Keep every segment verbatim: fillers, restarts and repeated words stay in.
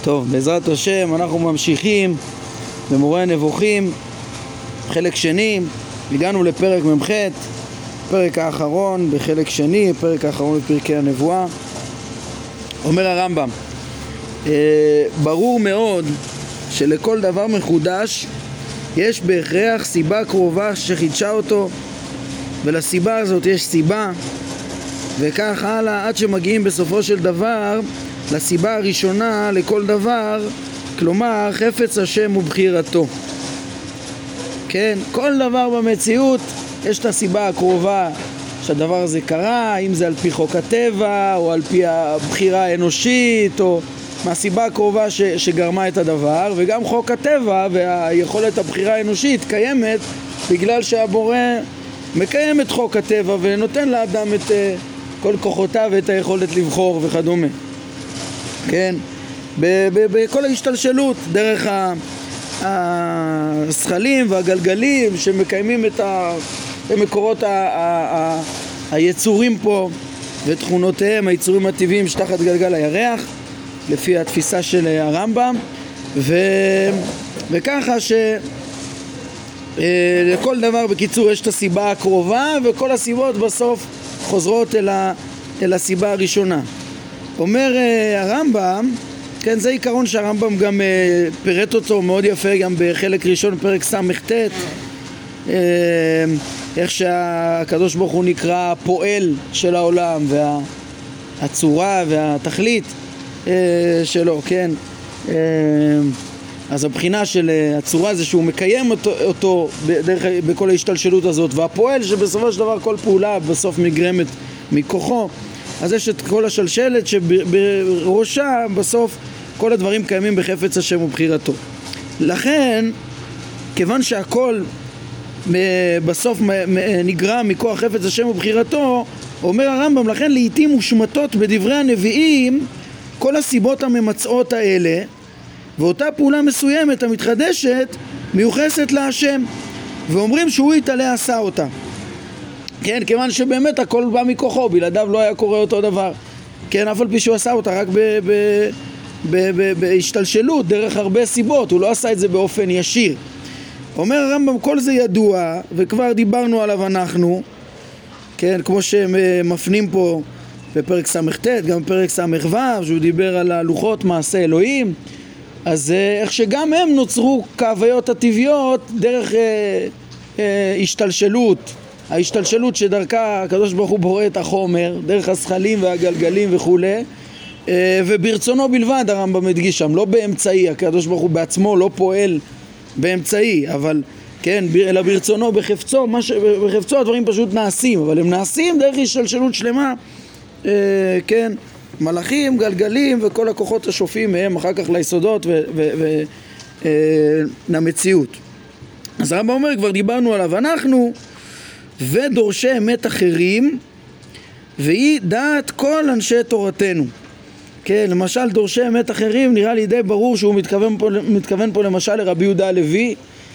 טוב, בעזרת השם אנחנו ממשיכים במורה הנבוכים, חלק שני, הגענו לפרק ממ"ח, פרק האחרון בחלק שני, פרק האחרון בפרקי הנבואה. אומר הרמב"ם, אה, ברור מאוד שלכל דבר מחודש יש בהכרח סיבה קרובה שחידשה אותו, ולסיבה הזאת יש סיבה, וכך הלאה עד שמגיעים בסופו של דבר לסיבה הראשונה לכל דבר, כלומר חפץ השם ובחירתו. כן, כל דבר במציאות יש את הסיבה הקרובה שהדבר הזה קרה, אם זה על פי חוק הטבע או על פי הבחירה האנושית או מהסיבה הקרובה ש, שגרמה את הדבר, וגם חוק הטבע והיכולת הבחירה האנושית קיימת בגלל שהבורא מקיים את חוק הטבע ונותן לאדם את uh, כל כוחותיו ואת היכולת לבחור וכדומה. כן, בכל ההשתלשלות דרך השכלים והגלגלים שמקיימים את המקורות היצורים פה ותכונותיהם, היצורים הטבעיים שתחת גלגל הירח, לפי התפיסה של הרמב"ם, ו... וככה שלכל דבר בקיצור יש את הסיבה הקרובה, וכל הסיבות בסוף חוזרות אל, ה... אל הסיבה הראשונה. אומר uh, הרמב"ם, כן, זה עיקרון שהרמב"ם גם uh, פירט אותו מאוד יפה גם בחלק ראשון פרק ס"ט, uh, איך שהקדוש ברוך הוא נקרא פועל של העולם והצורה והתכלית uh, שלו, כן. uh, אז הבחינה של uh, הצורה זה שהוא מקיים אותו, אותו בדרך, בכל ההשתלשלות הזאת, והפועל שבסופו של דבר כל פעולה בסוף מגרמת מכוחו. אז יש את כל השלשלת שבראשה בסוף כל הדברים קיימים בחפץ השם ובחירתו. לכן, כיוון שהכל בסוף נגרם מכוח חפץ השם ובחירתו, אומר הרמב"ם, לכן לעתים מושמטות בדברי הנביאים כל הסיבות הממצאות האלה, ואותה פעולה מסוימת המתחדשת מיוחסת להשם, ואומרים שהוא יתעלה עשה אותה. כן, כיוון שבאמת הכל בא מכוחו, בלעדיו לא היה קורה אותו דבר. כן, אף על פי שהוא עשה אותה רק בהשתלשלות, דרך הרבה סיבות, הוא לא עשה את זה באופן ישיר. אומר הרמב"ם, כל זה ידוע, וכבר דיברנו עליו אנחנו, כן, כמו שמפנים פה בפרק ס"ט, גם בפרק ס"ו, שהוא דיבר על הלוחות מעשה אלוהים, אז איך שגם הם נוצרו כהוויות הטבעיות דרך אה, אה, השתלשלות, ההשתלשלות שדרכה הקדוש ברוך הוא בורא את החומר, דרך השכלים והגלגלים וכו', וברצונו בלבד הרמב"ם מדגיש שם, לא באמצעי, הקדוש ברוך הוא בעצמו לא פועל באמצעי, אבל כן, אלא ברצונו, בחפצו, מה ש... בחפצו הדברים פשוט נעשים, אבל הם נעשים דרך השתלשלות שלמה, כן, מלאכים, גלגלים וכל הכוחות השופעים מהם אחר כך ליסודות ולמציאות. אז הרמב"ם אומר, כבר דיברנו עליו, אנחנו ודורשי אמת אחרים, והיא דעת כל אנשי תורתנו. כן, למשל דורשי אמת אחרים, נראה לי די ברור שהוא מתכוון פה, מתכוון פה למשל לרבי יהודה הלוי,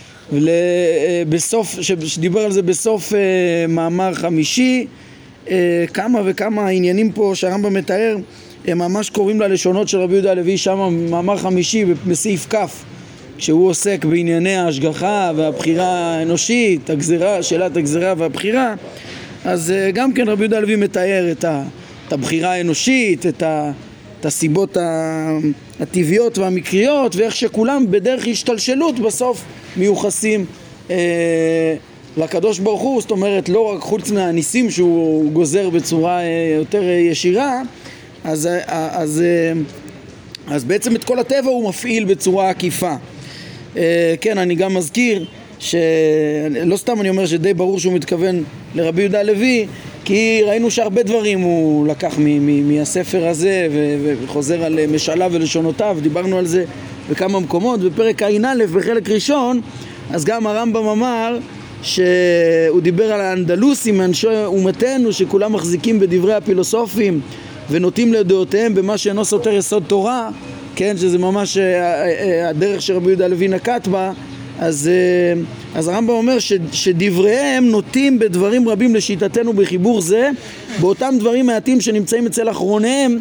בסוף, שדיבר על זה בסוף uh, מאמר חמישי, uh, כמה וכמה עניינים פה שהרמב"ם מתאר, הם ממש קוראים ללשונות של רבי יהודה הלוי, שם מאמר חמישי בסעיף כף, שהוא עוסק בענייני ההשגחה והבחירה האנושית, הגזרה, שאלת הגזרה והבחירה. אז גם כן רבי יהודה הלוי מתאר את, ה, את הבחירה האנושית, את, ה, את הסיבות הטבעיות והמקריות, ואיך שכולם בדרך השתלשלות בסוף מיוחסים אה, לקדוש ברוך הוא, זאת אומרת לא רק חוץ מהניסים שהוא גוזר בצורה אה, יותר ישירה, אז, אז, אז, אז בעצם את כל הטבע הוא מפעיל בצורה עקיפה. כן, אני גם מזכיר שלא סתם אני אומר שדי ברור שהוא מתכוון לרבי יהודה הלוי, כי ראינו שהרבה דברים הוא לקח מ- מ- מהספר הזה ו- וחוזר על משאליו ולשונותיו, דיברנו על זה בכמה מקומות. בפרק ע"א בחלק ראשון, אז גם הרמב"ם אמר שהוא דיבר על האנדלוסים, אנשי אומתנו, שכולם מחזיקים בדברי הפילוסופים ונוטים לדעותיהם במה שאינו סותר יסוד תורה, כן, שזה ממש הדרך שרבי יהודה הלוי נקט בה. אז, אז הרמב"ם אומר ש, שדבריהם נוטים בדברים רבים לשיטתנו בחיבור זה, באותם דברים מעטים שנמצאים אצל אחרונים,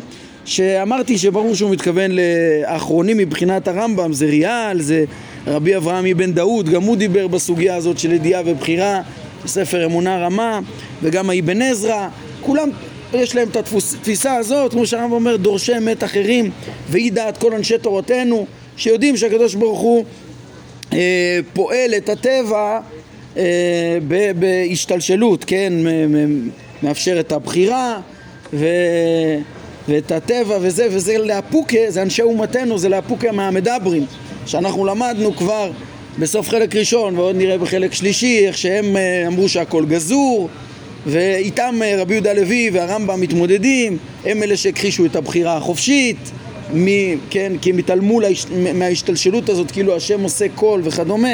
שאמרתי שברור שהוא מתכוון לאחרונים מבחינת הרמב"ם, זה ריאל, זה רבי אברהם אבן דאוד, גם הוא דיבר בסוגיה הזאת של ידיעה ובחירה, ספר אמונה רמה, וגם האבן עזרא, כולם יש להם את התפיסה הזאת, כמו שהרמב"ם אומר, דורשי אמת אחרים, והיא דעת כל אנשי תורתנו, שיודעים שהקדוש ברוך הוא אה, פועל את הטבע אה, בהשתלשלות, כן, מאפשר את הבחירה ו... ואת הטבע וזה, וזה להפוקה, זה אנשי אומתנו, זה להפוקה מהמדברים, שאנחנו למדנו כבר בסוף חלק ראשון, ועוד נראה בחלק שלישי, איך שהם אמרו שהכל גזור, ואיתם רבי יהודה הלוי והרמב"ם מתמודדים, הם אלה שהכחישו את הבחירה החופשית, מ, כן, כי הם התעלמו להש... מההשתלשלות הזאת, כאילו השם עושה קול וכדומה,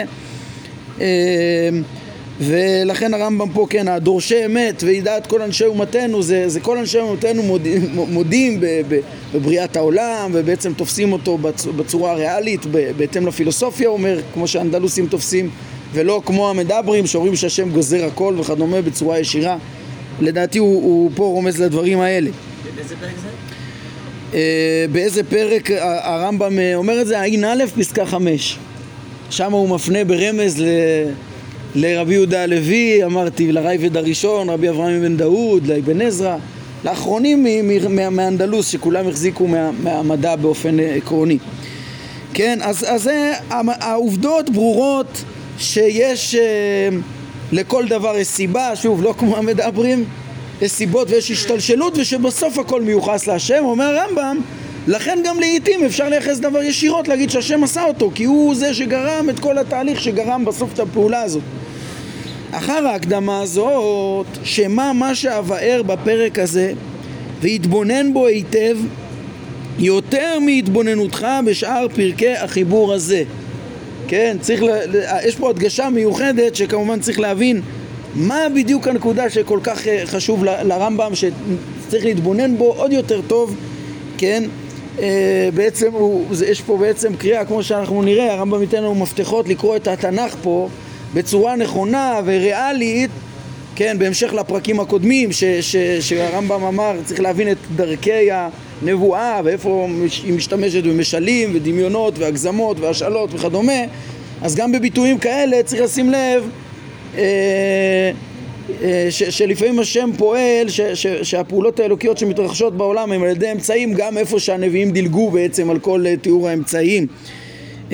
ולכן הרמב"ם פה, כן, הדורשי אמת וידעת כל אנשי אומתנו, זה, זה כל אנשי אומתנו מודים, מודים בבריאת העולם, ובעצם תופסים אותו בצורה הריאלית, בהתאם לפילוסופיה, אומר, כמו שהאנדלוסים תופסים, ולא כמו המדברים שאומרים שהשם גוזר הכל וכדומה בצורה ישירה. לדעתי הוא, הוא פה רומז לדברים האלה. באיזה פרק זה? באיזה פרק הרמב"ם אומר את זה? עין א' פסקה חמש. שם הוא מפנה ברמז ל... לרבי יהודה הלוי, אמרתי, לרייבד הראשון, רבי אברהם אבן דאוד, לאבן עזרא, לאחרונים מהאנדלוס שכולם החזיקו מה, מהמדע באופן עקרוני. כן, אז, אז זה, העובדות ברורות שיש לכל דבר יש סיבה, שוב, לא כמו המדברים, יש סיבות ויש השתלשלות, ושבסוף הכל מיוחס להשם. אומר הרמב"ם, לכן גם לעיתים אפשר לייחס דבר ישירות, להגיד שהשם עשה אותו, כי הוא זה שגרם את כל התהליך שגרם בסוף את הפעולה הזאת. אחר ההקדמה הזאת, שמה מה שאבאר בפרק הזה והתבונן בו היטב יותר מהתבוננותך בשאר פרקי החיבור הזה. כן, צריך, יש פה הדגשה מיוחדת שכמובן צריך להבין מה בדיוק הנקודה שכל כך חשוב לרמב"ם, שצריך להתבונן בו עוד יותר טוב. כן, בעצם הוא, יש פה בעצם קריאה, כמו שאנחנו נראה, הרמב"ם ייתן לנו מפתחות לקרוא את התנ"ך פה בצורה נכונה וריאלית, כן, בהמשך לפרקים הקודמים ש, ש, שהרמב"ם אמר צריך להבין את דרכי הנבואה ואיפה היא משתמשת במשלים ודמיונות והגזמות והשאלות וכדומה. אז גם בביטויים כאלה צריך לשים לב אה, ש, שלפעמים השם פועל ש, ש, שהפעולות האלוקיות שמתרחשות בעולם הם על ידי אמצעים, גם איפה שהנביאים דילגו בעצם על כל תיאור האמצעים. אה,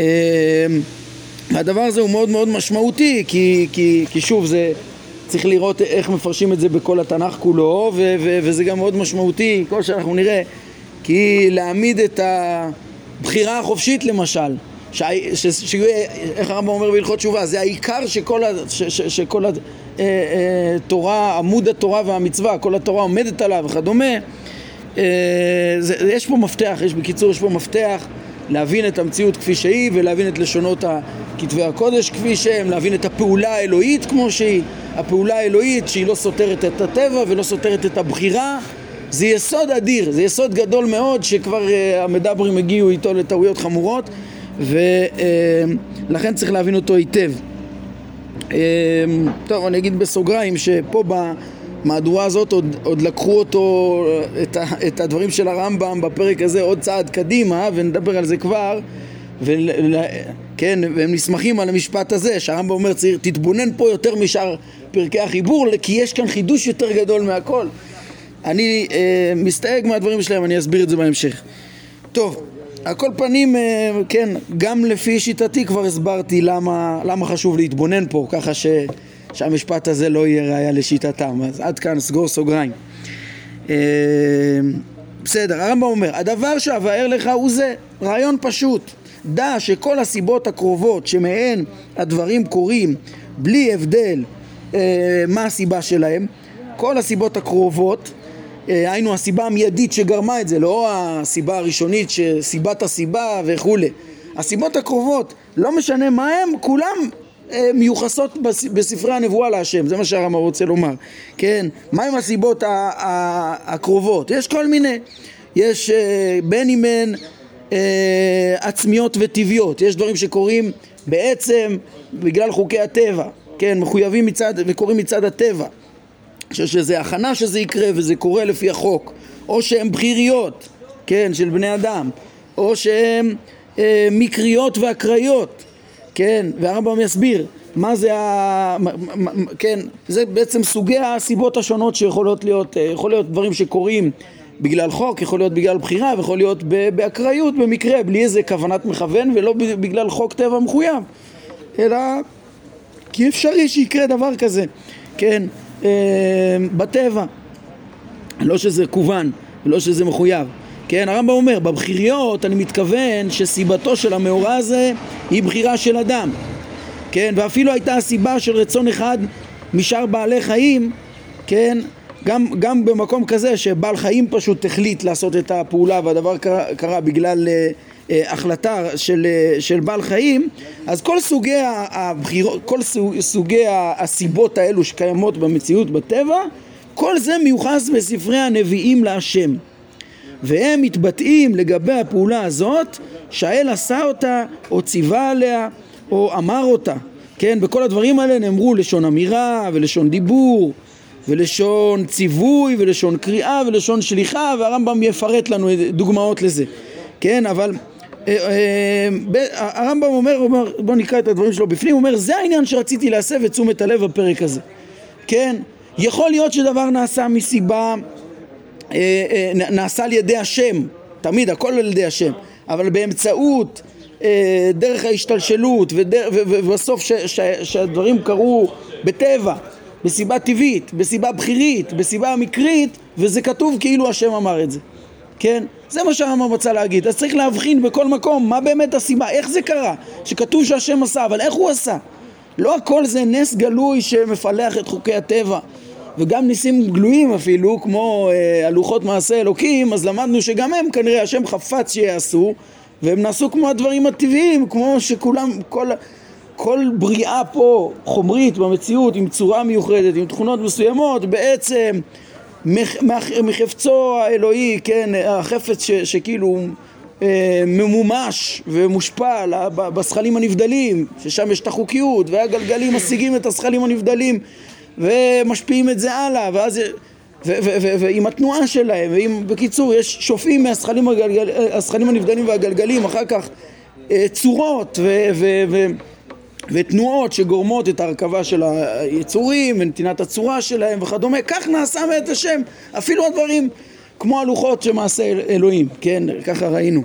הדבר הזה הוא מאוד מאוד משמעותי, כי, כי, כי שוב זה צריך לראות איך מפרשים את זה בכל התנ"ך כולו, ו, ו, וזה גם מאוד משמעותי, כל שאנחנו נראה, כי להעמיד את הבחירה החופשית למשל, ש, ש, ש, איך הרמב"ם אומר בהלכות תשובה, זה העיקר שכל, ש, ש, שכל התורה, עמוד התורה והמצווה, כל התורה עומדת עליו וכדומה. זה, יש פה מפתח, יש בקיצור, יש פה מפתח להבין את המציאות כפי שהיא, ולהבין את לשונות כתבי הקודש כפי שהם, להבין את הפעולה האלוהית כמו שהיא, הפעולה האלוהית שהיא לא סותרת את הטבע ולא סותרת את הבחירה. זה יסוד אדיר, זה יסוד גדול מאוד שכבר uh, המדברים הגיעו איתו לטעויות חמורות, ולכן uh, צריך להבין אותו היטב. Uh, טוב, אני אגיד בסוגריים שפה במהדורה הזאת עוד, עוד לקחו אותו, את, ה, את הדברים של הרמב"ם בפרק הזה עוד צעד קדימה, ונדבר על זה כבר, ול, כן, והם נסמכים על המשפט הזה שהרמב"ם אומר צריך תתבונן פה יותר משאר פרקי החיבור, כי יש כאן חידוש יותר גדול מהכל. אני אה, מסתייג מהדברים שלהם, אני אסביר את זה בהמשך. טוב, על כל פנים, אה, כן, גם לפי שיטתי כבר הסברתי למה, למה חשוב להתבונן פה, ככה ש, שהמשפט הזה לא יהיה ראיה לשיטתם. אז עד כאן סגור סוגריים. אה, בסדר, הרמב"ם אומר, הדבר שאבאר לך הוא זה, רעיון פשוט. דע שכל הסיבות הקרובות שמהן הדברים קורים בלי הבדל אה, מה הסיבה שלהם, כל הסיבות הקרובות, היינו הסיבה המיידית שגרמה את זה, לא הסיבה הראשונית שסיבת הסיבה וכו'. הסיבות הקרובות, לא משנה מה הם, כולם מיוחסות בספרי הנבואה להשם, זה מה שהרמב"ם רוצה לומר. כן, מה הם הסיבות הקרובות? יש כל מיני, יש בין אם הן עצמיות וטבעיות, יש דברים שקורים בעצם בגלל חוקי הטבע, כן, מחויבים מצד וקורים מצד הטבע. שזה הכנה שזה יקרה וזה קורה לפי החוק, או שהן בחיריות, כן, של בני אדם, או שהם אה, מקריות ואקראיות, כן, והרמב"ם יסביר מה זה ה... כן, זה בעצם סוגי הסיבות השונות שיכולות להיות, יכול להיות דברים שקורים בגלל חוק, יכול להיות בגלל בחירה, ויכול להיות באקראיות, במקרה, בלי איזה כוונת מכוון, ולא בגלל חוק טבע מחויב, אלא כי אפשרי שיקרה דבר כזה, כן, אה, בטבע, לא שזה כוון, לא שזה מחויב. כן, הרמב"ם אומר, בבחיריות אני מתכוון שסיבתו של המאורע הזה היא בחירה של אדם, כן, ואפילו הייתה הסיבה של רצון אחד משאר בעלי חיים, כן, גם, גם במקום כזה שבעל חיים פשוט החליט לעשות את הפעולה והדבר קרה, קרה בגלל אה, אה, החלטה של, אה, של בעל חיים, אז כל סוגי הבחירות, כל סוגי הסיבות האלו שקיימות במציאות בטבע, כל זה מיוחס בספרי הנביאים להשם, והם מתבטאים לגבי הפעולה הזאת שהאל עשה אותה או ציווה עליה או אמר אותה, כן, בכל הדברים האלה נאמרו לשון אמירה ולשון דיבור ולשון ציווי ולשון קריאה ולשון שליחה, והרמב"ם יפרט לנו דוגמאות לזה, כן, אבל הרמב"ם אומר, בוא נקרא את הדברים שלו בפנים, הוא אומר זה העניין שרציתי להסב את תשומת הלב בפרק הזה, כן, יכול להיות שדבר נעשה מסיבה, נעשה על ידי השם, תמיד הכל על ידי השם, אבל באמצעות דרך ההשתלשלות ובסוף שהדברים קרו בטבע, בסיבה טבעית, בסיבה בחירית, בסיבה מקרית, וזה כתוב כאילו השם אמר את זה, כן? זה מה שהרמב"ם רוצה להגיד. אז צריך להבחין בכל מקום מה באמת הסיבה, איך זה קרה שכתוב שהשם עשה, אבל איך הוא עשה? לא הכל זה נס גלוי שמפלח את חוקי הטבע, וגם ניסים גלויים אפילו, כמו אה, הלוחות מעשה אלוקים, אז למדנו שגם הם כנראה השם חפץ שיעשו, והם נעשו כמו הדברים הטבעיים, כמו שכולם, כל, כל בריאה פה חומרית במציאות, עם צורה מיוחדת, עם תכונות מסוימות, בעצם מח, מח, מחפצו האלוהי, כן, החפץ ש, שכאילו אה, ממומש ומושפע בשכלים הנבדלים, ששם יש את החוקיות, והגלגלים משיגים את השכלים הנבדלים, ומשפיעים את זה הלאה, ואז ועם התנועה שלהם, ועם, בקיצור, יש שופעים מהשכלים הגלגל, השכלים הנבדלים והגלגלים, אחר כך צורות ו, ו, ו, ותנועות שגורמות את הרכבה של היצורים ונתינת הצורה שלהם וכדומה. כך נעשה מאת השם, אפילו הדברים כמו הלוחות שמעשה אלוהים, כן, ככה ראינו.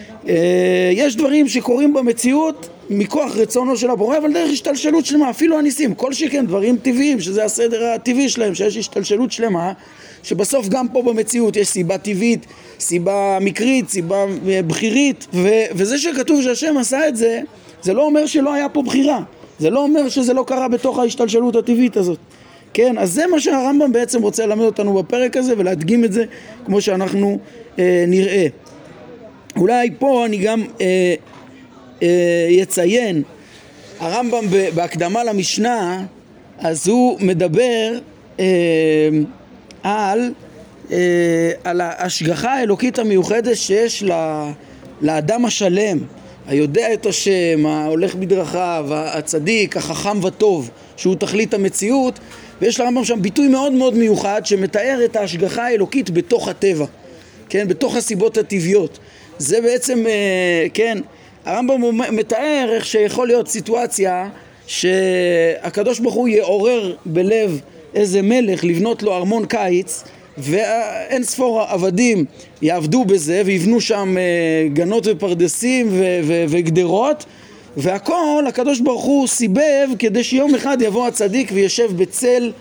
יש דברים שקורים במציאות מכוח רצונו של הבורא, אבל דרך השתלשלות שלמה, אפילו הניסים, כל שכן דברים טבעיים, שזה הסדר הטבעי שלהם, שיש השתלשלות שלמה, שבסוף גם פה במציאות יש סיבה טבעית, סיבה מקרית, סיבה בחירית, ו- וזה שכתוב שהשם עשה את זה, זה לא אומר שלא היה פה בחירה, זה לא אומר שזה לא קרה בתוך ההשתלשלות הטבעית הזאת, כן, אז זה מה שהרמב"ם בעצם רוצה ללמד אותנו בפרק הזה, ולהדגים את זה כמו שאנחנו אה, נראה. אולי פה אני גם אה, אה, יציין, הרמב"ם בהקדמה למשנה, אז הוא מדבר אה, על, אה, על ההשגחה האלוקית המיוחדת שיש לאדם השלם, היודע את השם, ההולך בדרכיו, הצדיק, החכם וטוב, שהוא תכלית המציאות, ויש לרמב"ם שם ביטוי מאוד מאוד מיוחד שמתאר את ההשגחה האלוקית בתוך הטבע, כן, בתוך הסיבות הטבעיות. זה בעצם, כן, הרמב"ם מתאר איך שיכול להיות סיטואציה שהקדוש ברוך הוא יעורר בלב איזה מלך לבנות לו ארמון קיץ, ואין ספור עבדים יעבדו בזה ויבנו שם גנות ופרדסים ו- ו- וגדרות, והכל הקדוש ברוך הוא סיבב כדי שיום אחד יבוא הצדיק וישב בצל,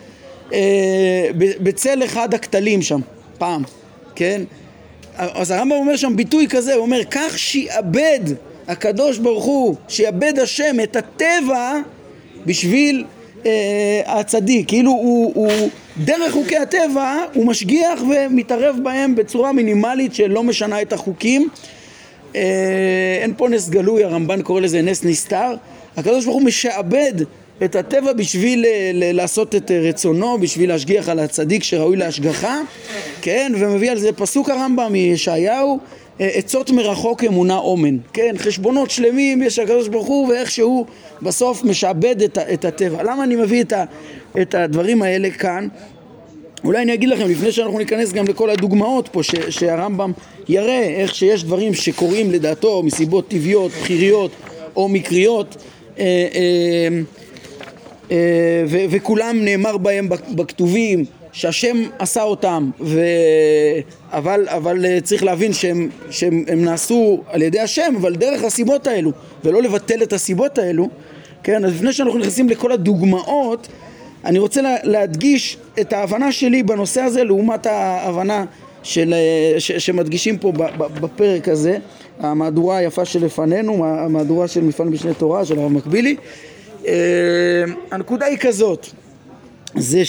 בצל אחד הכתלים שם פעם, כן? אז הרמב"ם אומר שם ביטוי כזה, הוא אומר כך שיאבד הקדוש ברוך הוא, שיאבד השם את הטבע בשביל אה, הצדיק, כאילו הוא, הוא דרך חוקי הטבע הוא משגיח ומתערב בהם בצורה מינימלית שלא משנה את החוקים. אה, אין פה נס גלוי, הרמב"ן קורא לזה נס נסתר. הקדוש ברוך הוא משעבד את הטבע בשביל ל- לעשות את רצונו, בשביל להשגיח על הצדיק שראוי להשגחה, כן, ומביא על זה פסוק הרמב"ם מישעיהו, עצות מרחוק אמונה אומן, כן, חשבונות שלמים יש הקדוש ברוך הוא, ואיך שהוא בסוף משעבד את, את הטבע. למה אני מביא את, ה, את הדברים האלה כאן? אולי אני אגיד לכם, לפני שאנחנו ניכנס גם לכל הדוגמאות פה, ש, שהרמב"ם יראה איך שיש דברים שקורים לדעתו מסיבות טבעיות, בחיריות או מקריות, אה, אה, אה, ו, וכולם נאמר בהם בכתובים, שהשם עשה אותם, ו... אבל, אבל צריך להבין שהם, שהם הם נעשו על ידי השם, אבל דרך הסיבות האלו, ולא לבטל את הסיבות האלו. כן, אז לפני שאנחנו נכנסים לכל הדוגמאות, אני רוצה להדגיש את ההבנה שלי בנושא הזה לעומת ההבנה של, ש, שמדגישים פה בפרק הזה, המהדורה היפה שלפנינו, המהדורה של מפעל משנה תורה של הרב מקבילי. הנקודה היא כזאת, זה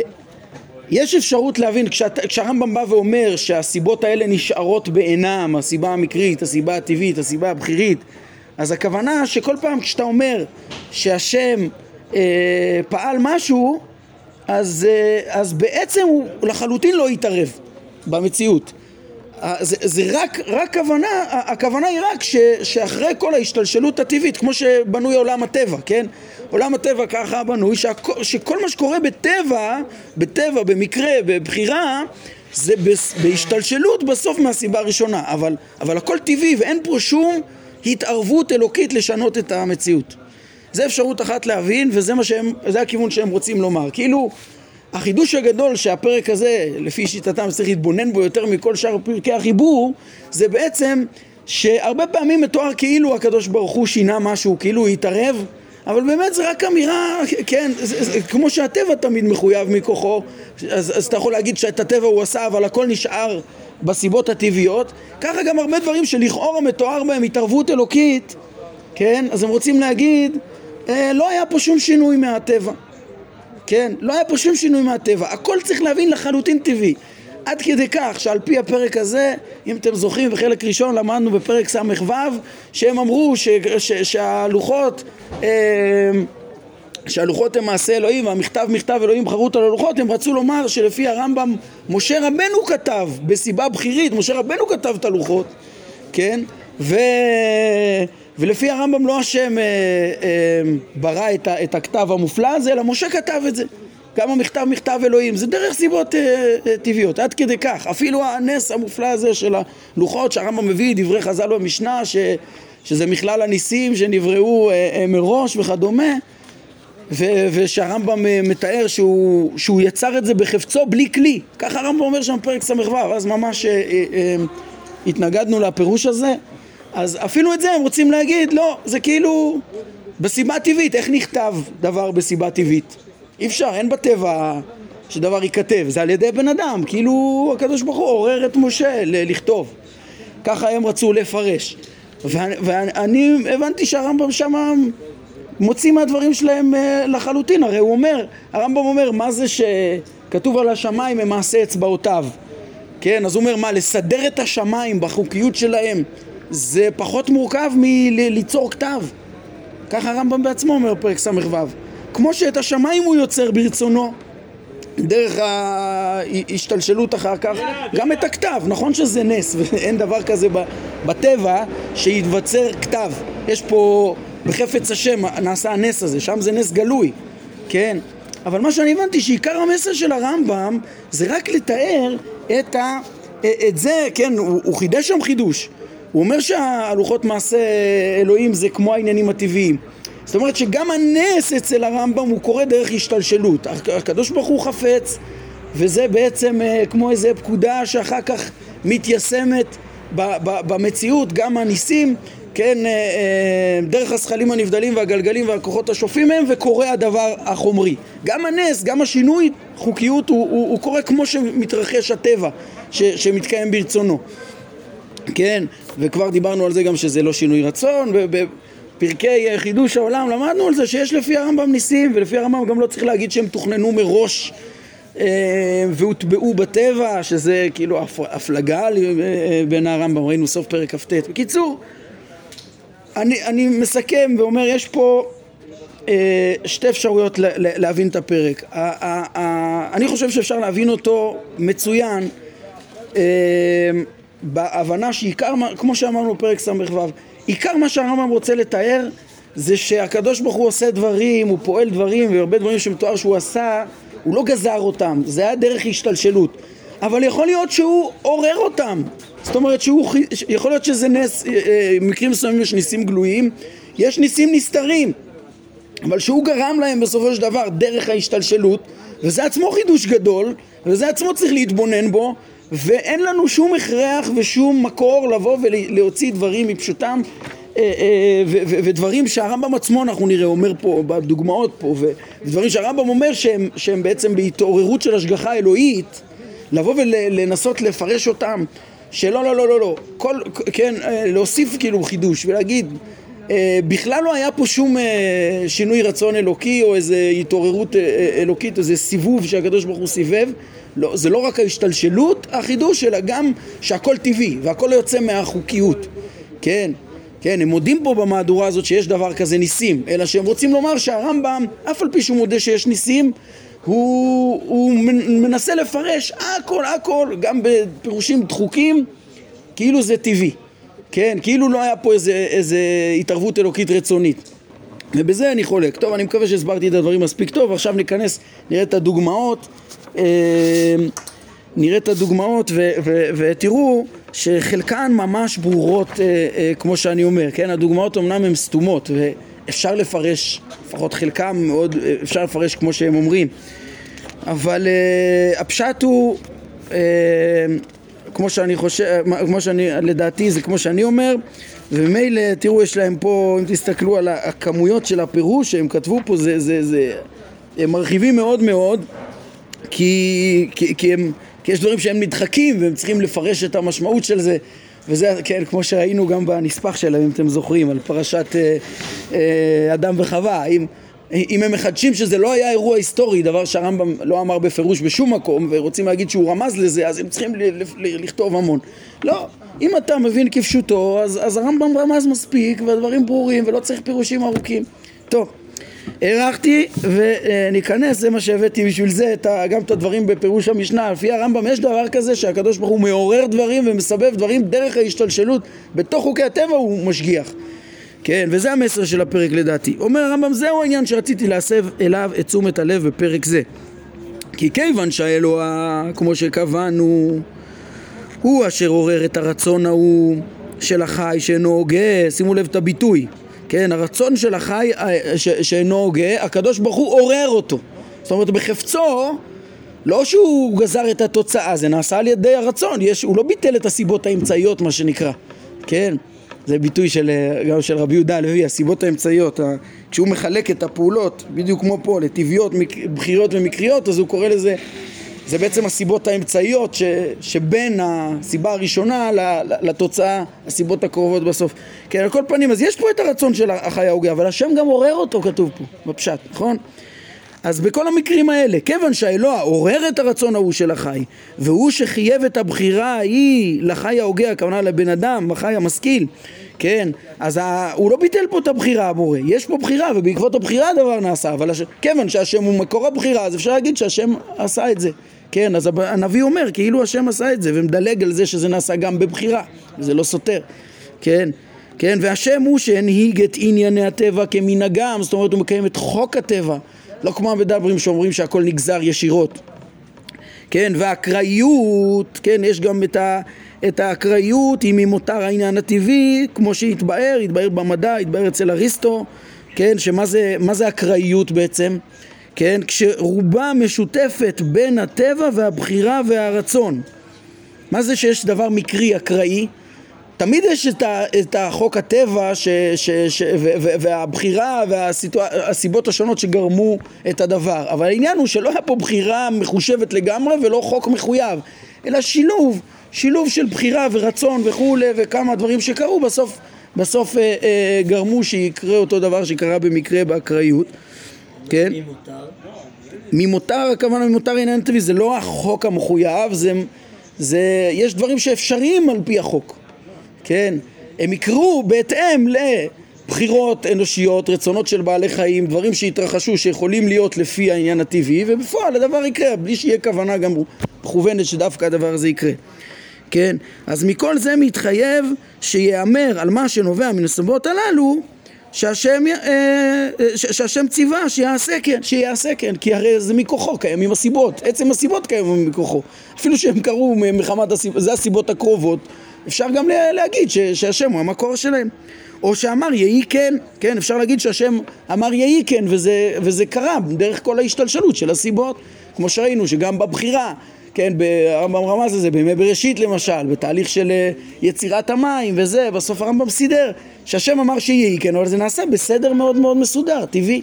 שיש אפשרות להבין, כשאת, כשהרמב"ם בא ואומר שהסיבות האלה נשארות בעינם, הסיבה המקרית, הסיבה הטבעית, הסיבה הבחירית, אז הכוונה שכל פעם כשאתה אומר שהשם אה, פעל משהו, אז, אה, אז בעצם הוא לחלוטין לא יתערב במציאות. זה, זה רק, רק כוונה, הכוונה היא רק ש, שאחרי כל ההשתלשלות הטבעית, כמו שבנוי עולם הטבע, כן? עולם הטבע ככה בנוי, שהכל, שכל מה שקורה בטבע, בטבע, במקרה, בבחירה, זה בהשתלשלות בסוף מהסיבה הראשונה, אבל, אבל הכל טבעי ואין פה שום התערבות אלוקית לשנות את המציאות. זה אפשרות אחת להבין, וזה מה שהם, זה הכיוון שהם רוצים לומר. כאילו, החידוש הגדול שהפרק הזה, לפי שיטתם, צריך להתבונן בו יותר מכל שאר פרקי החיבור, זה בעצם שהרבה פעמים מתואר כאילו הקדוש ברוך הוא שינה משהו, כאילו הוא התערב, אבל באמת זה רק אמירה, כן, זה, זה, כמו שהטבע תמיד מחויב מכוחו, אז, אז אתה יכול להגיד שאת הטבע הוא עשה, אבל הכל נשאר בסיבות הטבעיות. ככה גם הרבה דברים שלכאורה מתואר בהם התערבות אלוקית, כן, אז הם רוצים להגיד, אה, לא היה פה שום שינוי מהטבע. כן, לא היה פה שום שינוי מהטבע, הכל צריך להבין לחלוטין טבעי, עד כדי כך שעל פי הפרק הזה, אם אתם זוכרים בחלק ראשון למדנו בפרק סמך ו' שהם אמרו ש, ש, שהלוחות אה, שהלוחות הם מעשה אלוהים והמכתב מכתב אלוהים בחרות על הלוחות, הם רצו לומר שלפי הרמב"ם משה רבנו כתב בסיבה בחירית, משה רבנו כתב את הלוחות, כן, ו... ולפי הרמב"ם לא השם אה, אה, ברא את, ה, את הכתב המופלא הזה, אלא משה כתב את זה. גם המכתב מכתב אלוהים, זה דרך סיבות אה, אה, טבעיות, עד כדי כך. אפילו הנס המופלא הזה של הלוחות שהרמב"ם מביא, דברי חז"ל במשנה, ש, שזה מכלל הניסים שנבראו אה, אה, מראש וכדומה, ו, ושהרמב"ם אה, מתאר שהוא, שהוא יצר את זה בחפצו בלי כלי. ככה הרמב"ם אומר שם פרק סמך ו', אז ממש אה, אה, התנגדנו לפירוש הזה. אז אפילו את זה הם רוצים להגיד, לא, זה כאילו בסיבה טבעית, איך נכתב דבר בסיבה טבעית? אי אפשר, אין בטבע שדבר ייכתב, זה על ידי בן אדם, כאילו הקדוש ברוך הוא עורר את משה לכתוב. ככה הם רצו לפרש. ואני הבנתי שהרמב"ם שם מוציא מהדברים שלהם לחלוטין, הרי הוא אומר, הרמב"ם אומר, מה זה שכתוב על השמיים הם מעשה אצבעותיו? כן, אז הוא אומר, מה, לסדר את השמיים בחוקיות שלהם? זה פחות מורכב מליצור כתב. ככה הרמב"ם בעצמו אומר פרק סמך ו'. כמו שאת השמיים הוא יוצר ברצונו, דרך ההשתלשלות אחר כך, גם את הכתב. נכון שזה נס, ואין דבר כזה בטבע שיתבצר כתב. יש פה בחפץ השם נעשה הנס הזה, שם זה נס גלוי, כן? אבל מה שאני הבנתי שעיקר המסר של הרמב"ם זה רק לתאר את, ה, את זה, כן, הוא, הוא חידש שם חידוש. הוא אומר שהלוחות מעשה אלוהים זה כמו העניינים הטבעיים. זאת אומרת שגם הנס אצל הרמב"ם הוא קורה דרך השתלשלות. הקדוש ברוך הוא חפץ, וזה בעצם כמו איזה פקודה שאחר כך מתיישמת במציאות, גם הניסים, כן, דרך השכלים הנבדלים והגלגלים והכוחות השופעים מהם, וקורה הדבר החומרי. גם הנס, גם השינוי, חוקיות, הוא, הוא, הוא קורה כמו שמתרחש הטבע, ש, שמתקיים ברצונו. כן, וכבר דיברנו על זה גם שזה לא שינוי רצון, ובפרקי חידוש העולם למדנו על זה שיש לפי הרמב"ם ניסים, ולפי הרמב"ם גם לא צריך להגיד שהם תוכננו מראש והוטבעו בטבע, שזה כאילו הפלגה בין הרמב"ם, ראינו סוף פרק כ"ט. בקיצור, אני, אני מסכם ואומר, יש פה שתי אפשרויות להבין את הפרק. אני חושב שאפשר להבין אותו מצוין בהבנה שעיקר, כמו שאמרנו פרק סמך ו', עיקר מה שהרמב"ם רוצה לתאר זה שהקדוש ברוך הוא עושה דברים, הוא פועל דברים, והרבה דברים שמתואר שהוא עשה, הוא לא גזר אותם, זה היה דרך השתלשלות, אבל יכול להיות שהוא עורר אותם, זאת אומרת שהוא, יכול להיות שזה נס, מקרים מסוימים יש ניסים גלויים, יש ניסים נסתרים, אבל שהוא גרם להם בסופו של דבר דרך ההשתלשלות, וזה עצמו חידוש גדול, וזה עצמו צריך להתבונן בו, ואין לנו שום הכרח ושום מקור לבוא ולהוציא דברים מפשוטם, ודברים שהרמב"ם עצמו אנחנו נראה אומר פה בדוגמאות פה, ודברים שהרמב"ם אומר שהם, שהם בעצם בהתעוררות של השגחה אלוהית, לבוא ולנסות לפרש אותם, שלא לא לא לא לא, כל, כן, להוסיף כאילו חידוש ולהגיד בכלל לא היה פה שום שינוי רצון אלוקי או איזה התעוררות אלוקית, איזה סיבוב שהקדוש ברוך הוא סיבב, לא, זה לא רק ההשתלשלות החידוש, אלא גם שהכל טבעי והכל יוצא מהחוקיות, כן, כן, הם מודים פה במהדורה הזאת שיש דבר כזה ניסים, אלא שהם רוצים לומר שהרמב"ם, אף על פי שהוא מודה שיש ניסים, הוא, הוא מנסה לפרש הכל הכל, גם בפירושים דחוקים, כאילו זה טבעי, כן, כאילו לא היה פה איזה, איזה התערבות אלוקית רצונית, ובזה אני חולק. טוב, אני מקווה שהסברתי את הדברים מספיק טוב. עכשיו ניכנס, נראה את הדוגמאות, נראה את הדוגמאות ו- ו- ותראו שחלקן ממש ברורות, כמו שאני אומר, כן, הדוגמאות אמנם הן סתומות ואפשר לפרש, לפחות חלקם מאוד אפשר לפרש כמו שהם אומרים, אבל הפשט הוא כמו שאני חושב, כמו שאני, לדעתי זה כמו שאני אומר, ומילא תראו יש להם פה, אם תסתכלו על הכמויות של הפירוש שהם כתבו פה, זה, זה, זה, הם מרחיבים מאוד מאוד, כי, כי, כי, הם, כי יש דברים שהם נדחקים והם צריכים לפרש את המשמעות של זה, וזה כן, כמו שראינו גם בנספח שלהם, אם אתם זוכרים, על פרשת אה, אה, אדם וחווה, אם אם הם מחדשים שזה לא היה אירוע היסטורי, דבר שהרמב"ם לא אמר בפירוש בשום מקום, ורוצים להגיד שהוא רמז לזה, אז הם צריכים ל- ל- לכתוב המון. לא, אם אתה מבין כפשוטו, אז, אז הרמב"ם רמז מספיק, והדברים ברורים, ולא צריך פירושים ארוכים. טוב, הערכתי וניכנס, זה מה שהבאתי בשביל זה, את ה, גם את הדברים בפירוש המשנה. לפי הרמב"ם יש דבר כזה שהקדוש ברוך הוא מעורר דברים ומסבב דברים דרך ההשתלשלות, בתוך חוקי הטבע הוא משגיח. כן, וזה המסר של הפרק לדעתי. אומר הרמב"ם, זהו העניין שרציתי להסב אליו את תשומת הלב בפרק זה. כי כיוון שהאלוה, כמו שקבענו, הוא אשר עורר את הרצון ההוא של החי שאינו הוגה, שימו לב את הביטוי, כן, הרצון של החי ש- שאינו הוגה, הקדוש ברוך הוא עורר אותו. זאת אומרת, בחפצו, לא שהוא גזר את התוצאה, זה נעשה על ידי הרצון, יש, הוא לא ביטל את הסיבות האמצעיות, מה שנקרא, כן? זה ביטוי של, גם של רבי יהודה הלוי, הסיבות האמצעיות, כשהוא מחלק את הפעולות, בדיוק כמו פה, לטבעיות, בחירות ומקריות, אז הוא קורא לזה, זה בעצם הסיבות האמצעיות ש, שבין הסיבה הראשונה לתוצאה, הסיבות הקרובות בסוף. כן, על כל פנים, אז יש פה את הרצון של החי ההוגה, אבל השם גם עורר אותו, כתוב פה, בפשט, נכון? אז בכל המקרים האלה, כיוון שהאלוה עורר את הרצון ההוא של החי, והוא שחייב את הבחירה ההיא לחי ההוגה, הכוונה לבן אדם, החי המשכיל, כן, אז ה... הוא לא ביטל פה את הבחירה המורה, יש פה בחירה, ובעקבות הבחירה הדבר נעשה, אבל הש... כיוון שהשם הוא מקור הבחירה, אז אפשר להגיד שהשם עשה את זה, כן, אז הנביא אומר, כאילו השם עשה את זה, ומדלג על זה שזה נעשה גם בבחירה, זה לא סותר, כן, כן, והשם הוא שהנהיג את ענייני הטבע כמנהגם, זאת אומרת הוא מקיים את חוק הטבע, לא כמו המדברים שאומרים שהכל נגזר ישירות, כן, והאקראיות, כן, יש גם את, ה, את האקראיות, היא ממותר העניין הטבעי, כמו שהתבאר, התבאר במדע, התבאר אצל אריסטו, כן, שמה זה, מה זה אקראיות בעצם, כן, כשרובה משותפת בין הטבע והבחירה והרצון. מה זה שיש דבר מקרי אקראי? תמיד יש את, ה, את החוק הטבע ש, ש, ש, ו, ו, והבחירה והסיבות השונות שגרמו את הדבר, אבל העניין הוא שלא היה פה בחירה מחושבת לגמרי ולא חוק מחויב, אלא שילוב, שילוב של בחירה ורצון וכו' וכמה דברים שקרו בסוף, בסוף אה, אה, גרמו שיקרה אותו דבר שקרה במקרה באקראיות, כן? מי מותר? מי מותר, הכוונה מי מותר עניין טבעי, זה לא החוק המחויב, זה, זה, יש דברים שאפשריים על פי החוק, כן, הם יקרו בהתאם לבחירות אנושיות, רצונות של בעלי חיים, דברים שהתרחשו שיכולים להיות לפי העניין הטבעי, ובפועל הדבר יקרה בלי שיהיה כוונה גם מכוונת שדווקא הדבר הזה יקרה, כן, אז מכל זה מתחייב שיאמר על מה שנובע מן הסיבות הללו שהשם, שהשם ציווה שיעשה כן, שיעשה כן, כי הרי זה מכוחו, קיימים הסיבות, עצם הסיבות קיימים מכוחו, אפילו שהם קרו מחמת הסיבות, זה הסיבות הקרובות, אפשר גם להגיד שהשם הוא המקור שלהם. או שאמר יהי כן, כן, אפשר להגיד שהשם אמר יהי כן, וזה, וזה קרה דרך כל ההשתלשלות של הסיבות, כמו שראינו שגם בבחירה, כן, ברמב"ם רמז הזה, בימי בראשית למשל, בתהליך של יצירת המים וזה, בסוף הרמב"ם סידר, שהשם אמר שיהי כן, אבל זה נעשה בסדר מאוד מאוד מסודר, טבעי.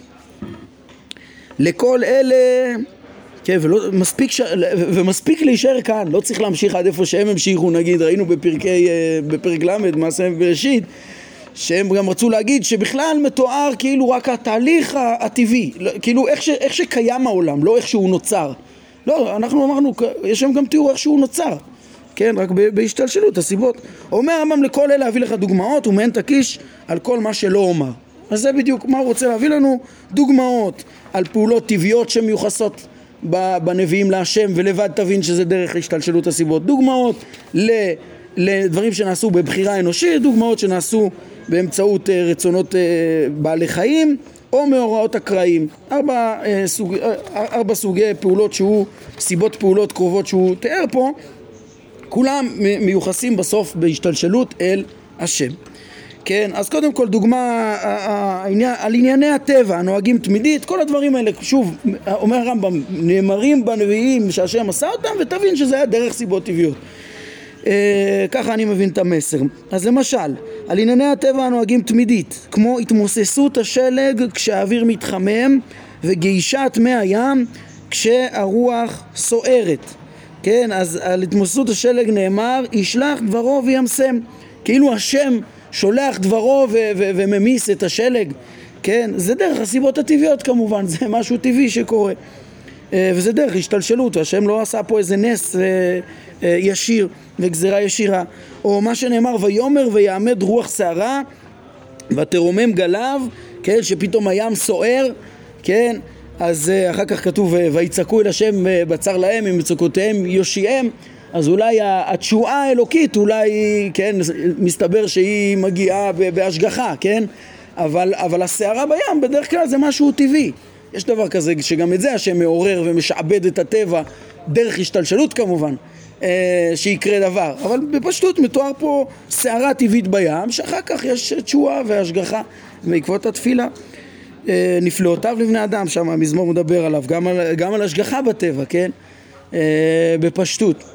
לכל אלה, כן, ולא, מספיק ש... ומספיק להישאר כאן, לא צריך להמשיך עד איפה שהם המשיכו, נגיד, ראינו בפרקי, בפרק למד, מעשה בראשית, שהם גם רצו להגיד שבכלל מתואר כאילו רק התהליך הטבעי, כאילו איך, ש... איך שקיים העולם, לא איך שהוא נוצר. לא, אנחנו אמרנו, יש שם גם תיאור איך שהוא נוצר, כן, רק בהשתלשלות הסיבות. אומר הרמב"ם לכל אלה להביא לך דוגמאות ומעין תקיש על כל מה שלא אומר. אז זה בדיוק מה הוא רוצה להביא לנו, דוגמאות על פעולות טבעיות שמיוחסות בנביאים להשם, ולבד תבין שזה דרך השתלשלות הסיבות. דוגמאות לדברים שנעשו בבחירה אנושית, דוגמאות שנעשו באמצעות רצונות בעלי חיים, או מאורעות אקראיים. ארבע, סוג, ארבע סוגי פעולות שהוא, סיבות פעולות קרובות שהוא תיאר פה, כולם מיוחסים בסוף בהשתלשלות אל השם. כן, אז קודם כל דוגמה על ענייני הטבע, הנוהגים תמידית, כל הדברים האלה, שוב, אומר הרמב"ם, נאמרים בנביאים שהשם עשה אותם, ותבין שזה היה דרך סיבות טבעיות. אה, ככה אני מבין את המסר. אז למשל, על ענייני הטבע הנוהגים תמידית, כמו התמוססות השלג כשהאוויר מתחמם, וגישת מי הים כשהרוח סוערת. כן, אז על התמוססות השלג נאמר, ישלח דברו וימסם. כאילו השם שולח דברו ו- ו- וממיס את השלג, כן? זה דרך הסיבות הטבעיות כמובן, זה משהו טבעי שקורה. וזה דרך השתלשלות, השם לא עשה פה איזה נס ישיר וגזירה ישירה. או מה שנאמר, ויומר ויעמד רוח שערה ותרומם גליו, כן? שפתאום הים סוער, כן? אז אחר כך כתוב ויצעקו אל השם בצר להם עם מצוקותיהם יושיעם. אז אולי התשועה האלוקית, אולי, כן, מסתבר שהיא מגיעה בהשגחה, כן? אבל, אבל הסערה בים בדרך כלל זה משהו טבעי. יש דבר כזה שגם את זה השם מעורר ומשעבד את הטבע דרך השתלשלות כמובן, שיקרה דבר. אבל בפשטות מתואר פה סערה טבעית בים, שאחר כך יש תשועה והשגחה בעקבות התפילה. נפלאותיו לבני אדם, שם המזמור מדבר עליו, גם על, גם על השגחה בטבע, כן? בפשטות.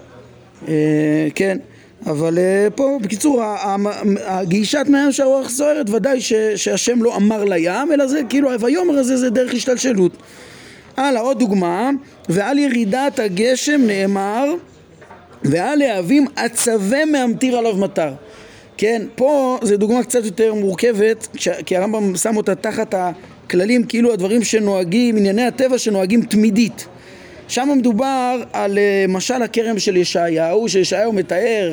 כן, אבל פה בקיצור הגישת מים שהרוח סוערת, ודאי שהשם לא אמר לים, אלא זה כאילו ויאמר הזה זה דרך השתלשלות. הלאה, עוד דוגמה, ועל ירידת הגשם נאמר ועל להבים עצווה מהמטיר עליו מטר. כן, פה זה דוגמה קצת יותר מורכבת, כי הרמב"ם שם אותה תחת הכללים, כאילו הדברים שנוהגים, ענייני הטבע שנוהגים תמידית. שם מדובר על משל הכרם של ישעיהו, שישעיהו מתאר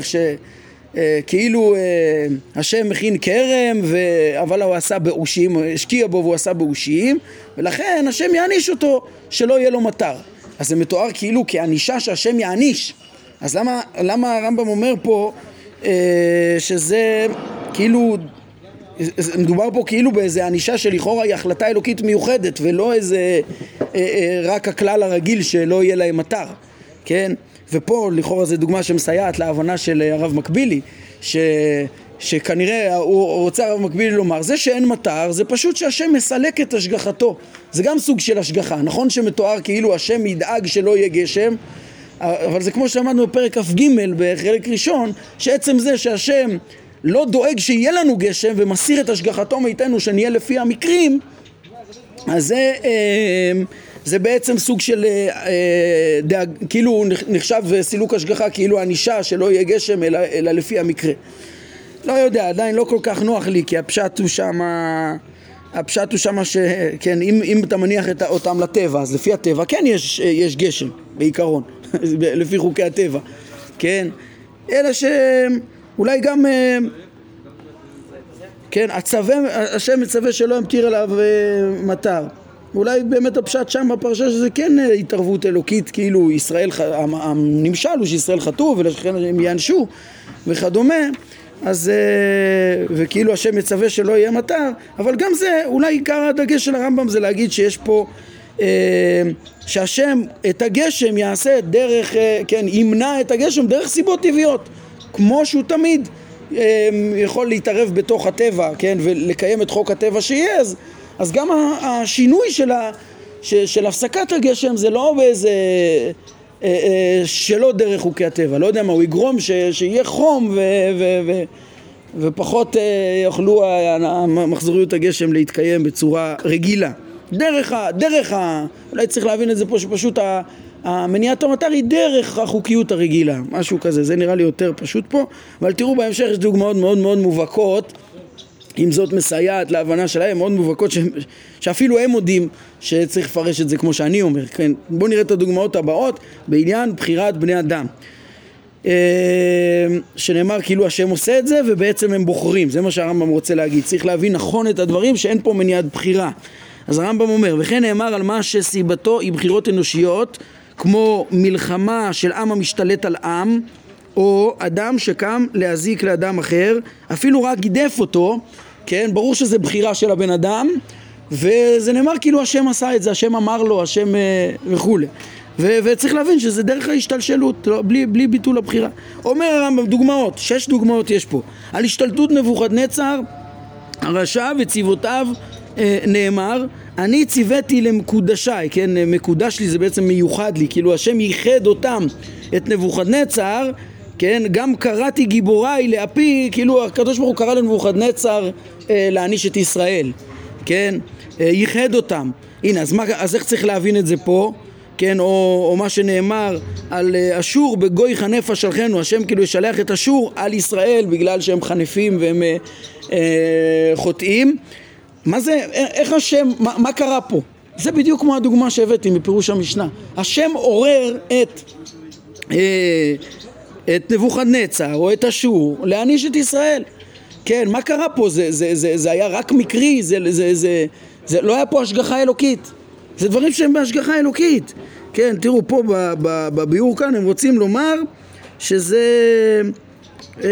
שכאילו השם מכין כרם, אבל הוא עשה באושים, השקיע בו והוא עשה באושים, ולכן השם יעניש אותו שלא יהיה לו מטר. אז זה מתואר כאילו כענישה שהשם יעניש. אז למה, למה הרמב"ם אומר פה שזה כאילו, מדובר פה כאילו באיזה ענישה שלכאורה היא החלטה אלוקית מיוחדת, ולא איזה רק הכלל הרגיל שלא יהיה להם מטר, כן? ופה לכאורה זה דוגמה שמסייעת להבנה של הרב מקבילי, ש... שכנראה הוא רוצה הרב מקבילי לומר, זה שאין מטר זה פשוט שהשם מסלק את השגחתו. זה גם סוג של השגחה, נכון שמתואר כאילו השם ידאג שלא יהיה גשם, אבל זה כמו שאמרנו בפרק כ"ג בחלק ראשון, שעצם זה שהשם לא דואג שיהיה לנו גשם ומסיר את השגחתו מאיתנו שנהיה לפי המקרים, אז זה, זה בעצם סוג של דאג, כאילו נחשב סילוק השגחה, כאילו ענישה שלא יהיה גשם אלא, אלא לפי המקרה. לא יודע, עדיין לא כל כך נוח לי, כי הפשט הוא שמה, הפשט הוא שמה שכן, אם, אם אתה מניח את, אותם לטבע, אז לפי הטבע כן יש, יש גשם בעיקרון, לפי חוקי הטבע, כן, אלא שאולי גם כן, הצווה, השם מצווה שלא ימטיר עליו מטר. אולי באמת הפשט שם בפרשה שזה כן התערבות אלוקית, כאילו ישראל, הנמשל הוא שישראל חטאו ולכן הם יענשו וכדומה, אז, וכאילו השם מצווה שלא יהיה מטר, אבל גם זה, אולי עיקר הדגש של הרמב"ם זה להגיד שיש פה, שהשם את הגשם יעשה דרך, כן, ימנע את הגשם דרך סיבות טבעיות, כמו שהוא תמיד יכול להתערב בתוך הטבע, כן, ולקיים את חוק הטבע שיהיה, אז, אז גם השינוי של, ה, של הפסקת הגשם זה לא באיזה... שלא דרך חוקי הטבע, לא יודע מה, הוא יגרום ש, שיהיה חום ו, ו, ו, ופחות יוכלו מחזוריות הגשם להתקיים בצורה רגילה. דרך ה... דרך ה... אולי צריך להבין את זה פה שפשוט ה... המניעת המטר היא דרך החוקיות הרגילה, משהו כזה, זה נראה לי יותר פשוט פה, אבל תראו בהמשך יש דוגמאות מאוד מאוד מובהקות, אם זאת מסייעת להבנה שלהם, מאוד מובהקות ש... שאפילו הם מודים שצריך לפרש את זה כמו שאני אומר, כן? בואו נראה את הדוגמאות הבאות בעניין בחירת בני אדם, שנאמר כאילו השם עושה את זה ובעצם הם בוחרים, זה מה שהרמב"ם רוצה להגיד, צריך להבין נכון את הדברים שאין פה מניעת בחירה. אז הרמב"ם אומר, וכן נאמר על מה שסיבתו היא בחירות אנושיות, כמו מלחמה של עם המשתלט על עם, או אדם שקם להזיק לאדם אחר, אפילו רק גידף אותו, כן, ברור שזה בחירה של הבן אדם, וזה נאמר כאילו השם עשה את זה, השם אמר לו, השם אה, וכו'. ו- וצריך להבין שזה דרך ההשתלשלות, לא, בלי, בלי ביטול הבחירה. אומר הרמב"ם, דוגמאות, שש דוגמאות יש פה, על השתלטות נבוכדנצר, הרשע וציוותיו, אה, נאמר, אני ציוויתי למקודשי, כן, מקודש לי זה בעצם מיוחד לי, כאילו השם ייחד אותם, את נבוכדנצר, כן, גם קראתי גיבוריי לאפי, כאילו הקדוש ברוך הוא קרא לנבוכדנצר אה, להעניש את ישראל, כן, אה, ייחד אותם. הנה, אז, מה, אז איך צריך להבין את זה פה, כן, או, או מה שנאמר על אה, אשור בגוי חנף אשלחנו, השם כאילו ישלח את אשור על ישראל בגלל שהם חנפים והם אה, אה, חוטאים. מה זה, איך השם, מה, מה קרה פה? זה בדיוק כמו הדוגמה שהבאתי מפירוש המשנה. השם עורר את, אה, את נבוכדנצר או את אשור להעניש את ישראל. כן, מה קרה פה? זה, זה, זה, זה היה רק מקרי, זה, זה, זה, זה לא היה פה השגחה אלוקית. זה דברים שהם בהשגחה אלוקית. כן, תראו פה בביאור כאן, הם רוצים לומר שזה... אה,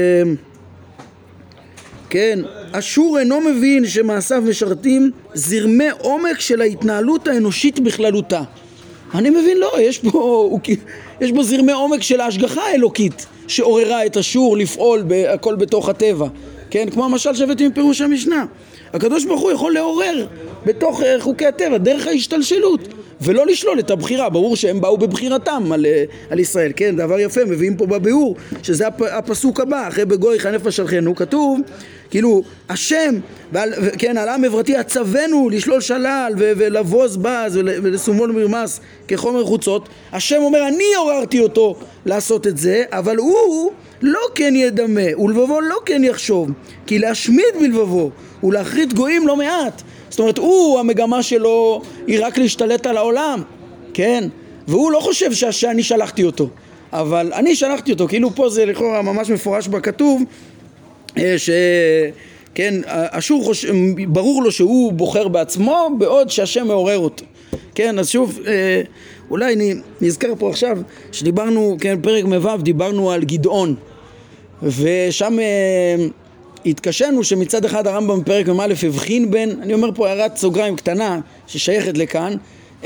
כן, אשור אינו מבין שמעשיו משרתים זרמי עומק של ההתנהלות האנושית בכללותה. אני מבין, לא, יש פה, יש בו זרמי עומק של ההשגחה האלוקית שעוררה את אשור לפעול הכל בתוך הטבע. כן, כמו המשל שהבאתי מפירוש המשנה. הקדוש ברוך הוא יכול לעורר בתוך חוקי הטבע, דרך ההשתלשלות, ולא לשלול את הבחירה. ברור שהם באו בבחירתם על, על ישראל, כן, דבר יפה, מביאים פה בביאור, שזה הפ, הפסוק הבא, אחרי בגוי חנף אשלחנו, כתוב, כאילו, השם, ועל, כן, על עם עברתי הצוונו לשלול שלל ו, ולבוז בז ול, ולסומול מרמס כחומר חוצות. השם אומר, אני עוררתי אותו לעשות את זה, אבל הוא לא כן ידמה, ולבבו לא כן יחשוב, כי להשמיד בלבבו ולהחריט גויים לא מעט. זאת אומרת, הוא, המגמה שלו היא רק להשתלט על העולם, כן? והוא לא חושב ש- שאני שלחתי אותו, אבל אני שלחתי אותו, כאילו פה זה לכאורה ממש מפורש בכתוב, ש... כן, אשור חוש... ברור לו שהוא בוחר בעצמו, בעוד שהשם מעורר אותו. כן, אז שוב, אולי נזכר פה עכשיו, שדיברנו, כן, פרק מבב, דיברנו על גדעון, ושם... התקשנו שמצד אחד הרמב"ם בפרק ממא' הבחין בין, אני אומר פה הערת סוגריים קטנה ששייכת לכאן,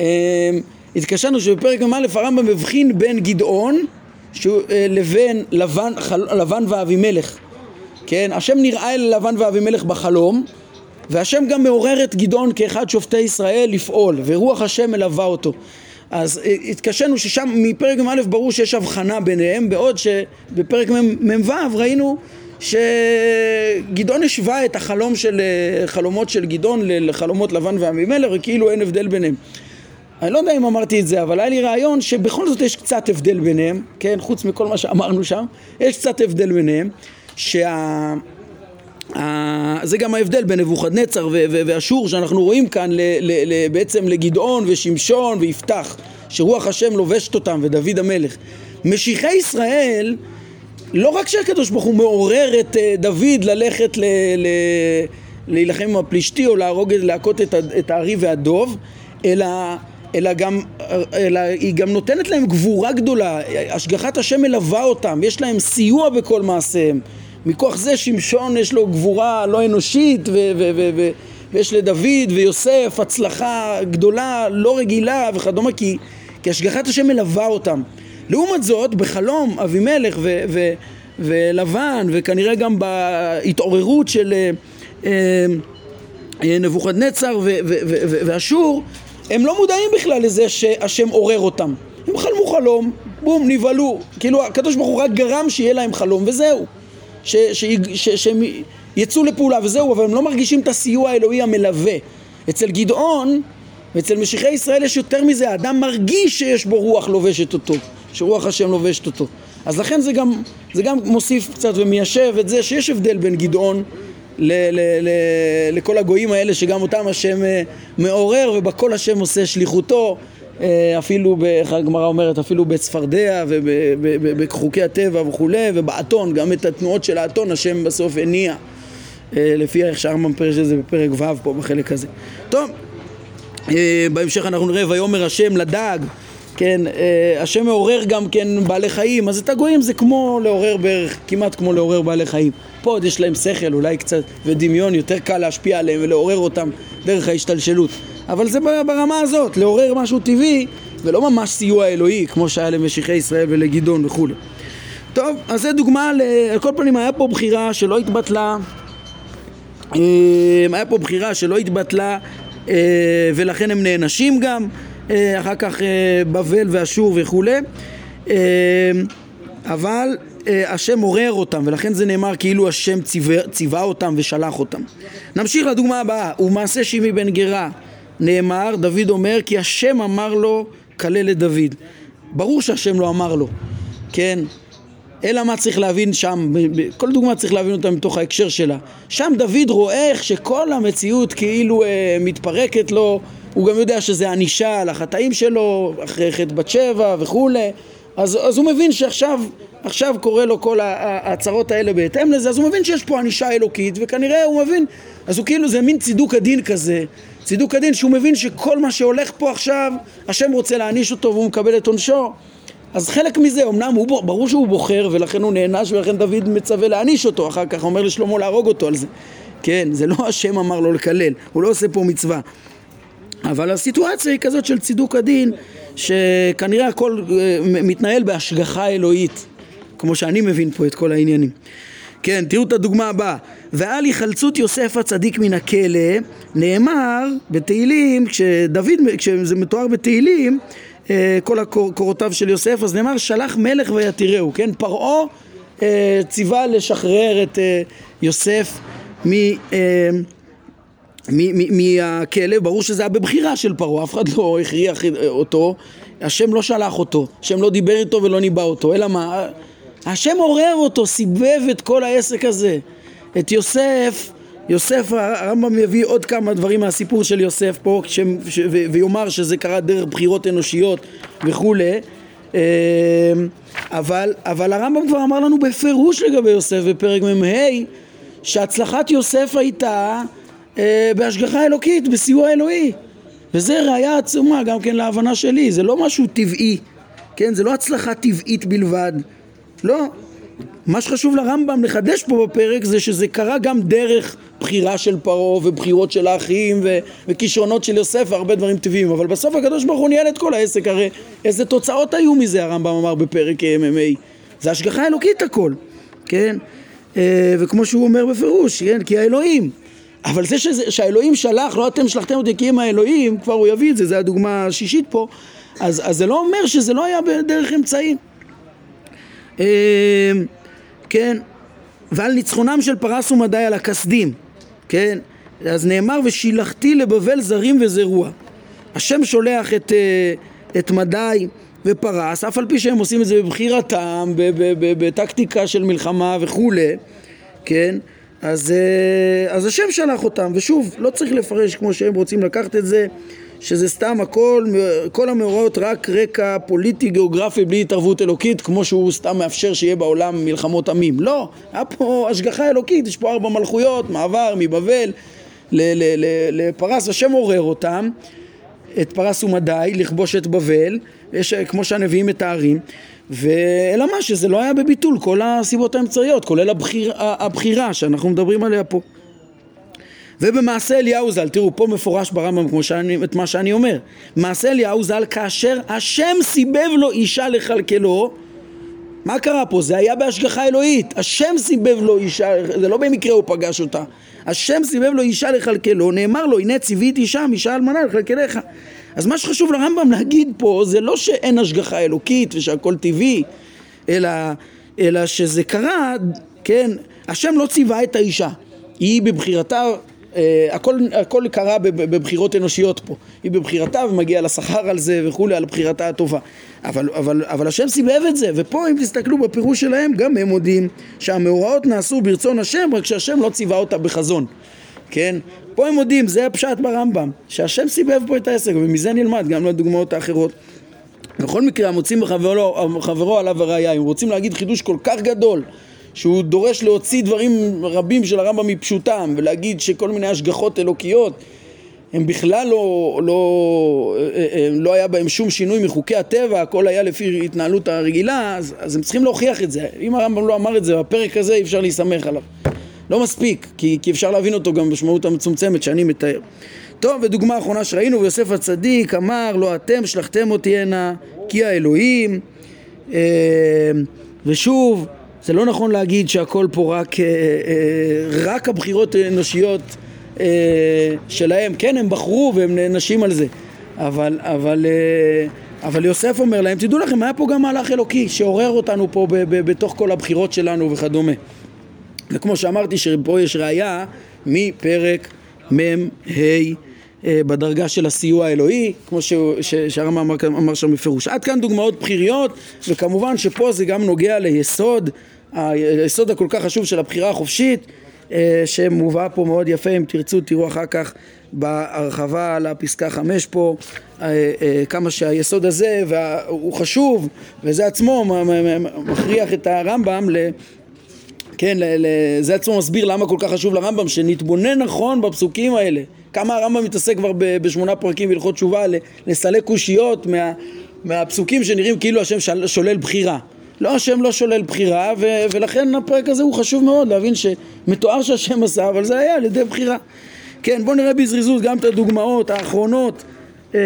התקשנו שבפרק ממא' הרמב"ם הבחין בין גדעון לבין לבן, לבן ואבימלך, כן, השם נראה אל לבן ואבימלך בחלום, והשם גם מעורר את גדעון כאחד שופטי ישראל לפעול, ורוח השם מלווה אותו. אז התקשנו ששם מפרק ממא' ברור שיש הבחנה ביניהם, בעוד שבפרק מ"ו ראינו שגדעון השווה את החלום של, חלומות של גדעון לחלומות לבן ואבימלך, וכאילו אין הבדל ביניהם. אני לא יודע אם אמרתי את זה, אבל היה לי רעיון שבכל זאת יש קצת הבדל ביניהם, כן, חוץ מכל מה שאמרנו שם, יש קצת הבדל ביניהם, שה... זה גם ההבדל בין נבוכדנצר ואשור שאנחנו רואים כאן ל... ל... ל... בעצם לגדעון ושמשון ויפתח, שרוח השם לובשת אותם, ודוד המלך. משיחי ישראל, לא רק שהקדוש ברוך הוא מעורר את דוד ללכת ל... ל... להילחם עם הפלישתי או להרוג, להכות את, את הארי והדוב, אלא, אלא גם, אלא היא גם נותנת להם גבורה גדולה, השגחת השם מלווה אותם, יש להם סיוע בכל מעשיהם, מכוח זה שמשון יש לו גבורה לא אנושית, ו- ו- ו- ו- ויש לדוד ויוסף הצלחה גדולה, לא רגילה וכדומה, כי, כי השגחת השם מלווה אותם. לעומת זאת, בחלום אבימלך ו- ו- ולבן, וכנראה גם בהתעוררות של אה, אה, נבוכדנצר ו- ו- ו- ואשור, הם לא מודעים בכלל לזה שהשם עורר אותם. הם חלמו חלום, בום, נבהלו. כאילו, הקדוש ברוך הוא רק גרם שיהיה להם חלום, וזהו. ש- ש- ש- שהם יצאו לפעולה, וזהו, אבל הם לא מרגישים את הסיוע האלוהי המלווה. אצל גדעון, ואצל משיחי ישראל יש יותר מזה, האדם מרגיש שיש בו רוח לובשת אותו, שרוח השם לובשת אותו. אז לכן זה גם, זה גם מוסיף קצת ומיישב את זה שיש הבדל בין גדעון ל- ל- ל- לכל הגויים האלה שגם אותם השם מעורר, ובכל השם עושה שליחותו, אפילו, איך הגמרא אומרת, אפילו בצפרדע ובחוקי הטבע וכו', ובאתון, גם את התנועות של האתון השם בסוף הניע, לפי איך שהרמב"ם פירש את זה בפרק ו' פה בחלק הזה. טוב, בהמשך אנחנו נראה ויאמר השם לדג, כן, השם מעורר גם כן בעלי חיים, אז את הגויים זה כמו לעורר בערך, כמעט כמו לעורר בעלי חיים. פה עוד יש להם שכל, אולי קצת, ודמיון, יותר קל להשפיע עליהם ולעורר אותם דרך ההשתלשלות. אבל זה ברמה הזאת, לעורר משהו טבעי, ולא ממש סיוע אלוהי, כמו שהיה למשיחי ישראל ולגדעון וכו'. טוב, אז זה דוגמה, על כל פנים היה פה בחירה שלא התבטלה, היה פה בחירה שלא התבטלה, ולכן הם נענשים גם, אחר כך בבל ואשור וכו'. אבל השם עורר אותם, ולכן זה נאמר כאילו השם ציווה, ציווה אותם ושלח אותם. נמשיך לדוגמה הבאה, ומעשה שימי בן גרה נאמר, דוד אומר כי השם אמר לו כלל לדוד. ברור שהשם לא אמר לו, כן? אלא מה צריך להבין שם, כל דוגמה צריך להבין אותה מתוך ההקשר שלה. שם דוד רואה איך שכל המציאות כאילו אה, מתפרקת לו, הוא גם יודע שזה ענישה על החטאים שלו, אחרי חטא בת שבע וכו'. אז, אז הוא מבין שעכשיו עכשיו קורה לו כל ההצהרות האלה בהתאם לזה, אז הוא מבין שיש פה ענישה אלוקית, וכנראה הוא מבין, אז הוא כאילו זה מין צידוק הדין כזה, צידוק הדין שהוא מבין שכל מה שהולך פה עכשיו, השם רוצה להעניש אותו והוא מקבל את עונשו. אז חלק מזה, אמנם הוא, ברור שהוא בוחר ולכן הוא נענש ולכן דוד מצווה להעניש אותו, אחר כך אומר לשלמה להרוג אותו על זה. כן, זה לא השם אמר לו לקלל, הוא לא עושה פה מצווה. אבל הסיטואציה היא כזאת של צידוק הדין, שכנראה הכל מתנהל בהשגחה אלוהית, כמו שאני מבין פה את כל העניינים. כן, תראו את הדוגמה הבאה. ועל היחלצות יוסף הצדיק מן הכלא, נאמר בתהילים, כשדוד, כשזה מתואר בתהילים, כל הקורותיו של יוסף, אז נאמר שלח מלך ויתירהו, כן? פרעה ציווה לשחרר את יוסף מ... מהכלא, ברור שזה היה בבחירה של פרעה, אף אחד לא הכריח אותו, השם לא שלח אותו, השם לא דיבר איתו ולא ניבא אותו, אלא מה? השם עורר אותו, סיבב את כל העסק הזה, את יוסף. יוסף, הרמב"ם יביא עוד כמה דברים מהסיפור של יוסף פה, ש... ש... ויאמר שזה קרה דרך בחירות אנושיות וכו'. אבל, אבל הרמב"ם כבר אמר לנו בפירוש לגבי יוסף בפרק ממ"ה, שהצלחת יוסף הייתה בהשגחה אלוקית, בסיוע אלוהי, וזה ראיה עצומה גם כן להבנה שלי, זה לא משהו טבעי, כן? זה לא הצלחה טבעית בלבד, לא. מה שחשוב לרמב"ם לחדש פה בפרק זה שזה קרה גם דרך בחירה של פרעה ובחירות של האחים ו- וכישרונות של יוסף והרבה דברים טבעיים, אבל בסוף הקדוש ברוך הוא ניהל את כל העסק. הרי איזה תוצאות היו מזה, הרמב"ם אמר בפרק ממ"ה, זה השגחה אלוקית הכל, כן? וכמו שהוא אומר בפירוש, כן? כי האלוהים, אבל זה שזה, שהאלוהים שלח, לא אתם שלחתם אותי כי הם האלוהים, כבר הוא יביא את זה, זה הדוגמה השישית פה, אז, אז זה לא אומר שזה לא היה בדרך אמצעים. כן, ועל ניצחונם של פרס ומדי על הכסדים, כן, אז נאמר ושילחתי לבבל זרים וזרוע. השם שולח את, את מדי ופרס, אף על פי שהם עושים את זה בבחירתם, בטקטיקה של מלחמה וכו', כן, אז, אז השם שלח אותם, ושוב, לא צריך לפרש כמו שהם רוצים לקחת את זה, שזה סתם הכל, כל המאורעות רק רקע פוליטי, גיאוגרפי, בלי התערבות אלוקית, כמו שהוא סתם מאפשר שיהיה בעולם מלחמות עמים. לא, היה פה השגחה אלוקית, יש פה ארבע מלכויות, מעבר מבבל לפרס, השם עורר אותם, את פרס ומדי, לכבוש את בבל, יש, כמו שהנביאים מתארים, ואלא מה שזה לא היה בביטול כל הסיבות האמצעיות, כולל הבחיר, הבחירה שאנחנו מדברים עליה פה. ובמעשה אליהו ז"ל, תראו פה מפורש ברמב"ם כמו שאני, את מה שאני אומר, מעשה אליהו ז"ל כאשר השם סיבב לו אישה לכלכלו, מה קרה פה? זה היה בהשגחה אלוהית, השם סיבב לו אישה, זה לא במקרה הוא פגש אותה, השם סיבב לו אישה לכלכלו, נאמר לו הנה ציווית אישה אישה אלמנה לכלכלך. אז מה שחשוב לרמב"ם להגיד פה זה לא שאין השגחה אלוקית ושהכל טבעי, אלא, אלא שזה קרה, כן, השם לא ציווה את האישה, היא בבחירתה, אה, הכל, הכל קרה בבחירות אנושיות פה, היא בבחירתה ומגיעה לשכר על זה וכולי, על בחירתה הטובה, אבל, אבל, אבל השם סיבב את זה, ופה אם תסתכלו בפירוש שלהם גם הם מודים שהמאורעות נעשו ברצון השם, רק שהשם לא ציווה אותה בחזון, כן? פה הם מודים, זה הפשט ברמב"ם, שהשם סיבב פה את העסק, ומזה נלמד גם לדוגמאות האחרות. בכל מקרה, המוצאים בחברו, חברו עליו הראייה, אם רוצים להגיד חידוש כל כך גדול, שהוא דורש להוציא דברים רבים של הרמב"ם מפשוטם, ולהגיד שכל מיני השגחות אלוקיות, הם בכלל לא, לא, לא היה בהם שום שינוי מחוקי הטבע, הכל היה לפי התנהלות הרגילה, אז, אז הם צריכים להוכיח את זה. אם הרמב"ם לא אמר את זה, בפרק הזה אי אפשר להסמך עליו. לא מספיק, כי, כי אפשר להבין אותו גם בשמעות המצומצמת שאני מתאר. טוב, ודוגמה האחרונה שראינו, ויוסף הצדיק אמר, לא אתם שלחתם אותי הנה, כי האלוהים. אה, ושוב, זה לא נכון להגיד שהכל פה רק, אה, אה, רק הבחירות האנושיות אה, שלהם. כן, הם בחרו והם נענשים על זה. אבל, אבל, אה, אבל יוסף אומר להם, תדעו לכם, היה פה גם מהלך אלוקי שעורר אותנו פה ב, ב, בתוך כל הבחירות שלנו וכדומה. וכמו שאמרתי שפה יש ראיה מפרק מם ה' בדרגה של הסיוע האלוהי, כמו שהרמב"ם אמר, אמר שם בפירוש. עד כאן דוגמאות בחיריות, וכמובן שפה זה גם נוגע ליסוד, היסוד הכל כך חשוב של הבחירה החופשית, שמובא פה מאוד יפה, אם תרצו תראו אחר כך בהרחבה על הפסקה חמש פה, כמה שהיסוד הזה הוא חשוב, וזה עצמו מכריח את הרמב"ם ל... כן, זה עצמו מסביר למה כל כך חשוב לרמב"ם שנתבונן נכון בפסוקים האלה. כמה הרמב"ם מתעסק כבר בשמונה פרקים בהלכות תשובה לסלק קושיות מה, מהפסוקים שנראים כאילו השם שולל בחירה. לא, השם לא שולל בחירה, ו, ולכן הפרק הזה הוא חשוב מאוד להבין שמתואר שהשם עשה, אבל זה היה על ידי בחירה. כן, בואו נראה בזריזות גם את הדוגמאות האחרונות אה,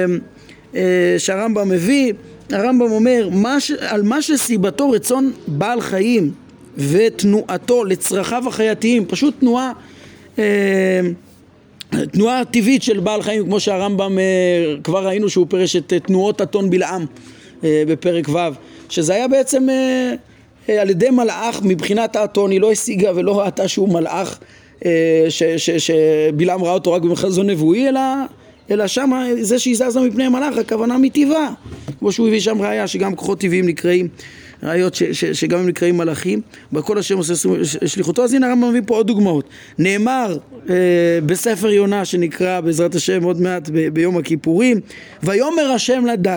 אה, שהרמב"ם מביא. הרמב"ם אומר, מה ש, על מה שסיבתו רצון בעל חיים, ותנועתו לצרכיו החייתיים, פשוט תנועה אה, תנועה טבעית של בעל חיים, כמו שהרמב"ם אה, כבר ראינו שהוא פרש את תנועות אתון בלעם אה, בפרק ו', שזה היה בעצם אה, אה, על ידי מלאך. מבחינת האתון היא לא השיגה ולא ראתה שהוא מלאך, אה, שבלעם ראה אותו רק בחזון נבואי, אלא, אלא שם זה שהזז מפני מלאך, הכוונה מטבעה, כמו שהוא הביא שם ראיה שגם כוחות טבעיים נקראים ראיות ש- ש- שגם הם נקראים מלאכים, בכל השם עושה שליחותו. אז הנה הרמב"ם מביא פה עוד דוגמאות. נאמר אה, בספר יונה שנקרא בעזרת השם עוד מעט ב- ביום הכיפורים, ויאמר השם לדג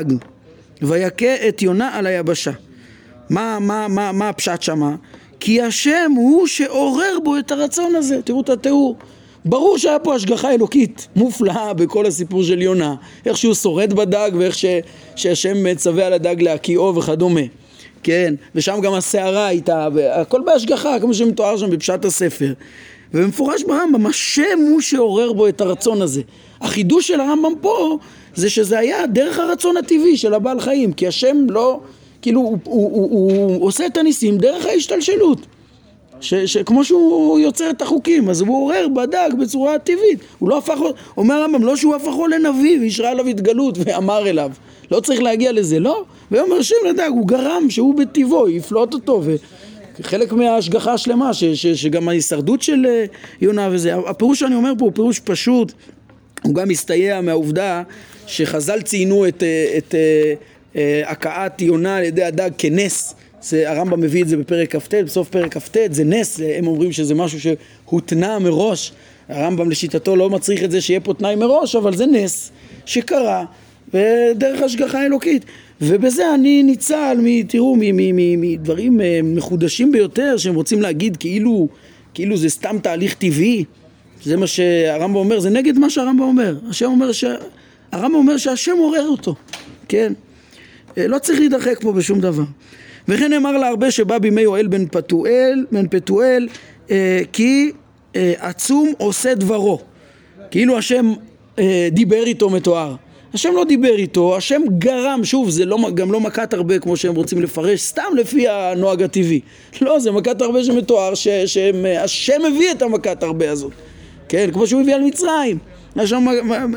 ויכה את יונה על היבשה. מה, מה, מה, מה הפשט שמה? כי השם הוא שעורר בו את הרצון הזה. תראו את התיאור. ברור שהיה פה השגחה אלוקית מופלאה בכל הסיפור של יונה, איך שהוא שורד בדג ואיך ש- שהשם מצווה על הדג להקיאו וכדומה. כן, ושם גם הסערה הייתה, הכל בהשגחה, כמו שמתואר שם בפשט הספר. ובמפורש ברמב"ם, השם הוא שעורר בו את הרצון הזה. החידוש של הרמב"ם פה, זה שזה היה דרך הרצון הטבעי של הבעל חיים, כי השם לא, כאילו, הוא, הוא, הוא, הוא עושה את הניסים דרך ההשתלשלות. ש, שכמו שהוא יוצר את החוקים, אז הוא עורר בדג בצורה טבעית. הוא לא הפך, אומר הרמב"ם, לא שהוא הפכו לנביא וישרה עליו התגלות ואמר אליו. לא צריך להגיע לזה, לא? ויאמר השם לדג, הוא גרם שהוא בטבעו, יפלוט אותו, וחלק מההשגחה השלמה, ש, ש, שגם ההישרדות של יונה וזה. הפירוש שאני אומר פה הוא פירוש פשוט, הוא גם מסתייע מהעובדה שחז"ל ציינו את, את, את הכאת יונה על ידי הדג כנס. זה, הרמב"ם מביא את זה בפרק כ"ט, בסוף פרק כ"ט, זה נס, הם אומרים שזה משהו שהותנה מראש. הרמב"ם לשיטתו לא מצריך את זה שיהיה פה תנאי מראש, אבל זה נס שקרה ודרך השגחה אלוקית. ובזה אני ניצל, תראו, מדברים מחודשים ביותר שהם רוצים להגיד כאילו, כאילו זה סתם תהליך טבעי. זה מה שהרמב"ם אומר, זה נגד מה שהרמב"ם אומר. השם אומר ש... הרמב"ם אומר שהשם עורר אותו, כן? לא צריך להידחק פה בשום דבר. וכן נאמר לה הרבה שבא בימי יואל בן פתואל, בן פתואל, אה, כי אה, עצום עושה דברו. כאילו השם אה, דיבר איתו מתואר. השם לא דיבר איתו, השם גרם, שוב, זה לא, גם לא מכת הרבה כמו שהם רוצים לפרש, סתם לפי הנוהג הטבעי. לא, זה מכת הרבה שמתואר, ש, שהשם הביא את המכת הרבה הזאת. כן, כמו שהוא הביא על מצרים. יש שם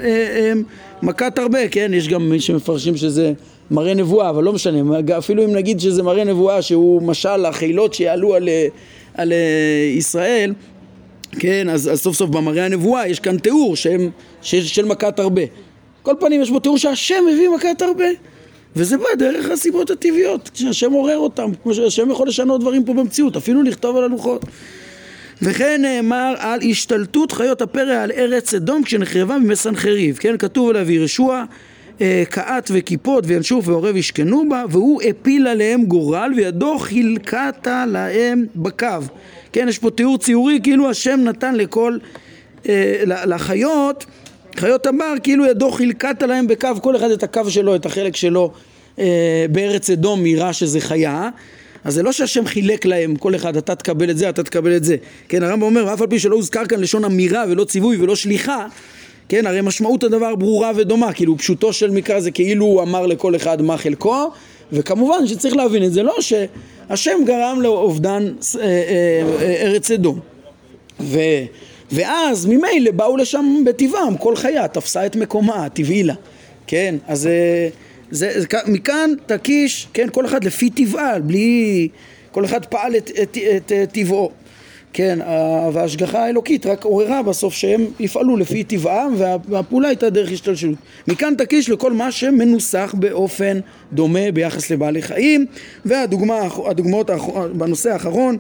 מכת הרבה, כן, יש גם מי שמפרשים שזה מראה נבואה, אבל לא משנה, אפילו אם נגיד שזה מראה נבואה שהוא משל החילות שיעלו על, על ישראל, כן, אז, אז סוף סוף במראה הנבואה יש כאן תיאור שהם, של, של מכת הרבה. כל פנים יש בו תיאור שהשם מביא מכת הרבה, וזה בא דרך הסיבות הטבעיות, שהשם עורר אותם, כמו שהשם יכול לשנות דברים פה במציאות, אפילו לכתוב על הלוחות. וכן נאמר על השתלטות חיות הפרא על ארץ אדום כשנחרבה ממסנחריב, כן, כתוב עליו ירשוע קעת וקיפות וינשוף ועורב ישכנו בה, והוא הפיל עליהם גורל וידו חילקתה להם בקו. כן, יש פה תיאור ציורי כאילו השם נתן לכל אה, לחיות, חיות הבר, כאילו ידו חילקתה להם בקו, כל אחד את הקו שלו, את החלק שלו אה, בארץ אדום מירה שזה חיה. אז זה לא שהשם חילק להם כל אחד, אתה תקבל את זה, אתה תקבל את זה. כן, הרמב"ם אומר, אף על פי שלא הוזכר כאן לשון אמירה ולא ציווי ולא שליחה, כן, הרי משמעות הדבר ברורה ודומה, כאילו פשוטו של מקרא זה כאילו הוא אמר לכל אחד מה חלקו, וכמובן שצריך להבין את זה, לא שהשם גרם לאובדן אה, אה, ארץ אדום. ו, ואז ממילא באו לשם בטבעם, כל חיה תפסה את מקומה, טבעי לה. כן, אז אה, זה, זה, מכאן תקיש, כן, כל אחד לפי טבעה, בלי, כל אחד פעל את, את, את, את טבעו. כן, וההשגחה האלוקית רק עוררה בסוף שהם יפעלו לפי טבעם, והפעולה הייתה דרך השתלשלות. מכאן תקיש לכל מה שמנוסח באופן דומה ביחס לבעלי חיים. והדוגמה, הדוגמאות בנושא האחרון,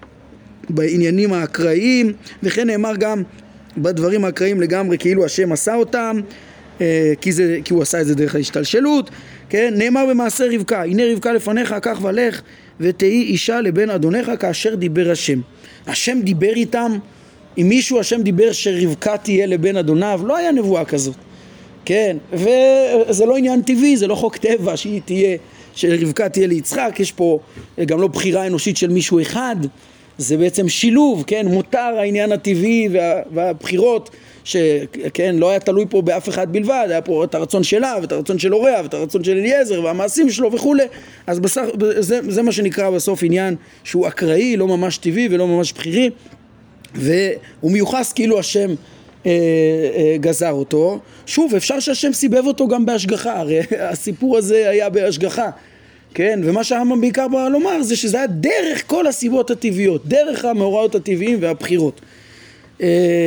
בעניינים האקראיים, וכן נאמר גם בדברים האקראיים לגמרי כאילו השם עשה אותם, כי, זה, כי הוא עשה את זה דרך ההשתלשלות. כן, נאמר במעשה רבקה, הנה רבקה לפניך, קח ולך ותהי אישה לבן אדונך כאשר דיבר השם. השם דיבר איתם, אם מישהו השם דיבר שרבקה תהיה לבן אדוניו, לא היה נבואה כזאת. כן, וזה לא עניין טבעי, זה לא חוק טבע שהיא תהיה, שרבקה תהיה ליצחק, יש פה גם לא בחירה אנושית של מישהו אחד, זה בעצם שילוב, כן, מותר העניין הטבעי וה, והבחירות, שכן, לא היה תלוי פה באף אחד בלבד, היה פה את הרצון שלה ואת הרצון של הוריה ואת הרצון של אליעזר והמעשים שלו וכו'. אז בסך, זה, זה מה שנקרא בסוף עניין שהוא אקראי, לא ממש טבעי ולא ממש בחירי, והוא מיוחס כאילו השם אה, אה, גזר אותו. שוב, אפשר שהשם סיבב אותו גם בהשגחה, הרי הסיפור הזה היה בהשגחה, כן, ומה שהרמב"ם בעיקר בא לומר זה שזה היה דרך כל הסיבות הטבעיות, דרך המאורעות הטבעיים והבחירות. אה,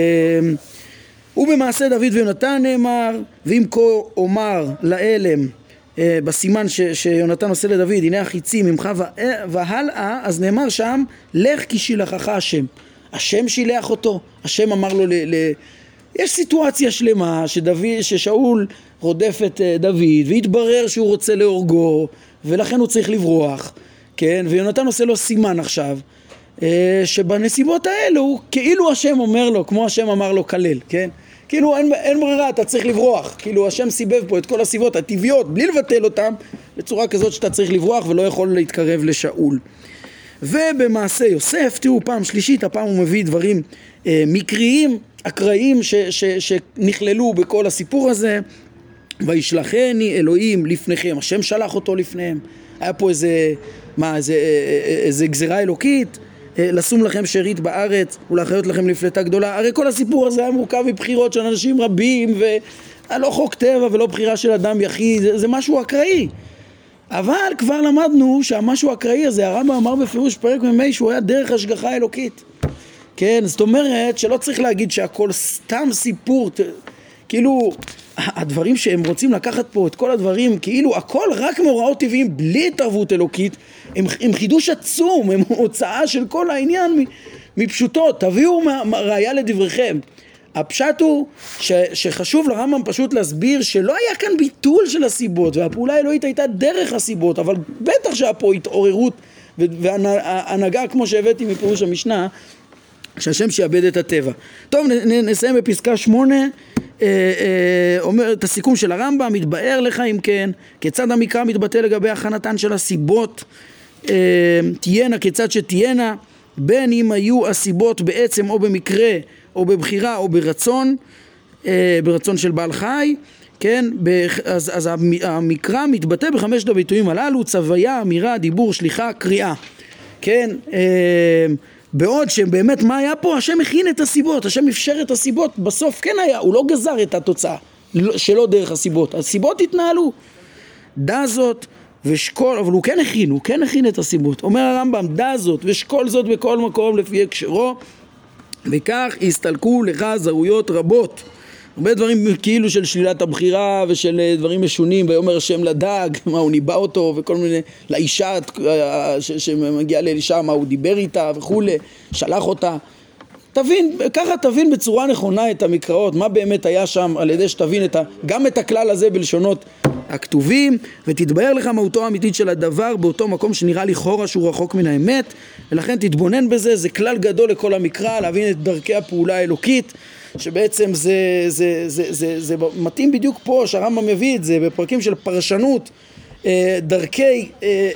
ובמעשה דוד ויונתן נאמר, ואם כה אומר לאלם, אה, בסימן ש, שיונתן עושה לדוד, הנה החיצים ממך והלאה, אז נאמר שם, לך כי שילחך השם. השם שילח אותו, השם אמר לו, ל, ל... יש סיטואציה שלמה שדוד, ששאול רודף את דוד, והתברר שהוא רוצה להורגו, ולכן הוא צריך לברוח, כן? ויונתן עושה לו סימן עכשיו, שבנסיבות האלו, כאילו השם אומר לו, כמו השם אמר לו כלל, כן? כאילו אין, אין ברירה, אתה צריך לברוח, כאילו השם סיבב פה את כל הסיבות הטבעיות, בלי לבטל אותם, בצורה כזאת שאתה צריך לברוח ולא יכול להתקרב לשאול. ובמעשה יוסף, תראו פעם שלישית, הפעם הוא מביא דברים אה, מקריים, אקראיים, ש, ש, שנכללו בכל הסיפור הזה. וישלחני אלוהים לפניכם, השם שלח אותו לפניהם. היה פה איזה, מה, איזה, איזה גזירה אלוקית, לשום לכם שארית בארץ ולהחיות לכם לפלטה גדולה. הרי כל הסיפור הזה היה מורכב מבחירות של אנשים רבים, ולא חוק טבע ולא בחירה של אדם יחיד, זה, זה משהו אקראי. אבל כבר למדנו שהמשהו אקראי הזה, הרמב"ם אמר בפירוש פרק ממי שהוא היה דרך השגחה אלוקית. כן, זאת אומרת שלא צריך להגיד שהכל סתם סיפור, כאילו הדברים שהם רוצים לקחת פה, את כל הדברים, כאילו הכל רק מאורעות טבעיים בלי התערבות אלוקית, הם, הם חידוש עצום, הם הוצאה של כל העניין מפשוטות. תביאו ראיה לדבריכם. הפשט הוא ש, שחשוב לרמב"ם פשוט להסביר שלא היה כאן ביטול של הסיבות, והפעולה האלוהית הייתה דרך הסיבות, אבל בטח שהיה פה התעוררות והנהגה, כמו שהבאתי מפירוש המשנה, שהשם שיאבד את הטבע. טוב, נ, נסיים בפסקה שמונה, אה, אה, אומר את הסיכום של הרמב"ם, מתבאר לך אם כן, כיצד המקרא מתבטא לגבי הכנתן של הסיבות, אה, תהיינה כיצד שתהיינה, בין אם היו הסיבות בעצם או במקרה או בבחירה או ברצון, אה, ברצון של בעל חי, כן, אז, אז המקרא מתבטא בחמשת הביטויים הללו, צוויה, אמירה, דיבור, שליחה, קריאה, כן, אה, בעוד שבאמת מה היה פה? השם הכין את הסיבות, השם אפשר את הסיבות, בסוף כן היה, הוא לא גזר את התוצאה שלא דרך הסיבות, הסיבות התנהלו, דע זאת ושקול, אבל הוא כן הכין, הוא כן הכין את הסיבות, אומר הרמב"ם, דע זאת ושקול זאת בכל מקום לפי הקשרו, וכך הסתלקו לך זרויות רבות, הרבה דברים כאילו של שלילת הבחירה ושל דברים משונים, ויאמר השם לדג, מה הוא ניבא אותו, וכל מיני, לאישה ש- שמגיעה לאלישה, מה הוא דיבר איתה וכולי, שלח אותה. תבין, ככה תבין בצורה נכונה את המקראות, מה באמת היה שם, על ידי שתבין את ה, גם את הכלל הזה בלשונות הכתובים, ותתבהר לך מהותו האמיתית של הדבר באותו מקום שנראה לכאורה שהוא רחוק מן האמת, ולכן תתבונן בזה, זה כלל גדול לכל המקרא, להבין את דרכי הפעולה האלוקית, שבעצם זה, זה, זה, זה, זה מתאים בדיוק פה, שהרמב"ם מביא את זה בפרקים של פרשנות, דרכי,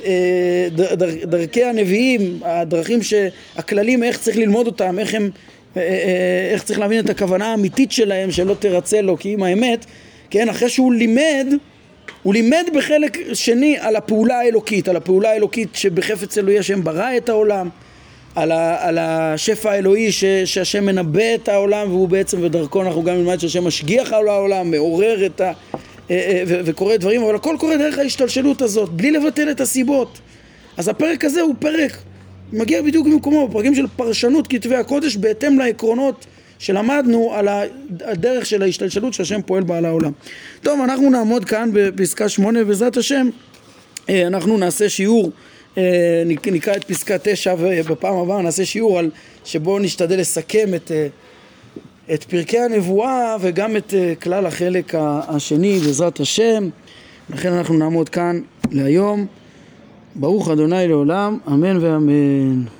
דר, דרכי הנביאים, הדרכים שהכללים, איך צריך ללמוד אותם, איך הם, איך צריך להבין את הכוונה האמיתית שלהם, שלא תרצה לו כי אם האמת, כן, אחרי שהוא לימד, הוא לימד בחלק שני על הפעולה האלוקית, על הפעולה האלוקית שבחפץ אלוהי השם ברא את העולם, על, ה, על השפע האלוהי ש, שהשם מנבא את העולם, והוא בעצם בדרכו אנחנו גם נלמד שהשם משגיח על העולם, מעורר את ה... ו- וקורא דברים, אבל הכל קורה דרך ההשתלשלות הזאת, בלי לבטל את הסיבות. אז הפרק הזה הוא פרק, מגיע בדיוק במקומו, בפרקים של פרשנות כתבי הקודש, בהתאם לעקרונות שלמדנו על הדרך של ההשתלשלות שהשם פועל בה על העולם. טוב, אנחנו נעמוד כאן בפסקה שמונה, בעזרת השם, אנחנו נעשה שיעור, נקרא את פסקה תשע, ובפעם הבאה נעשה שיעור על שבו נשתדל לסכם את... את פרקי הנבואה וגם את כלל החלק השני בעזרת השם. לכן אנחנו נעמוד כאן להיום. ברוך אדוני לעולם, אמן ואמן.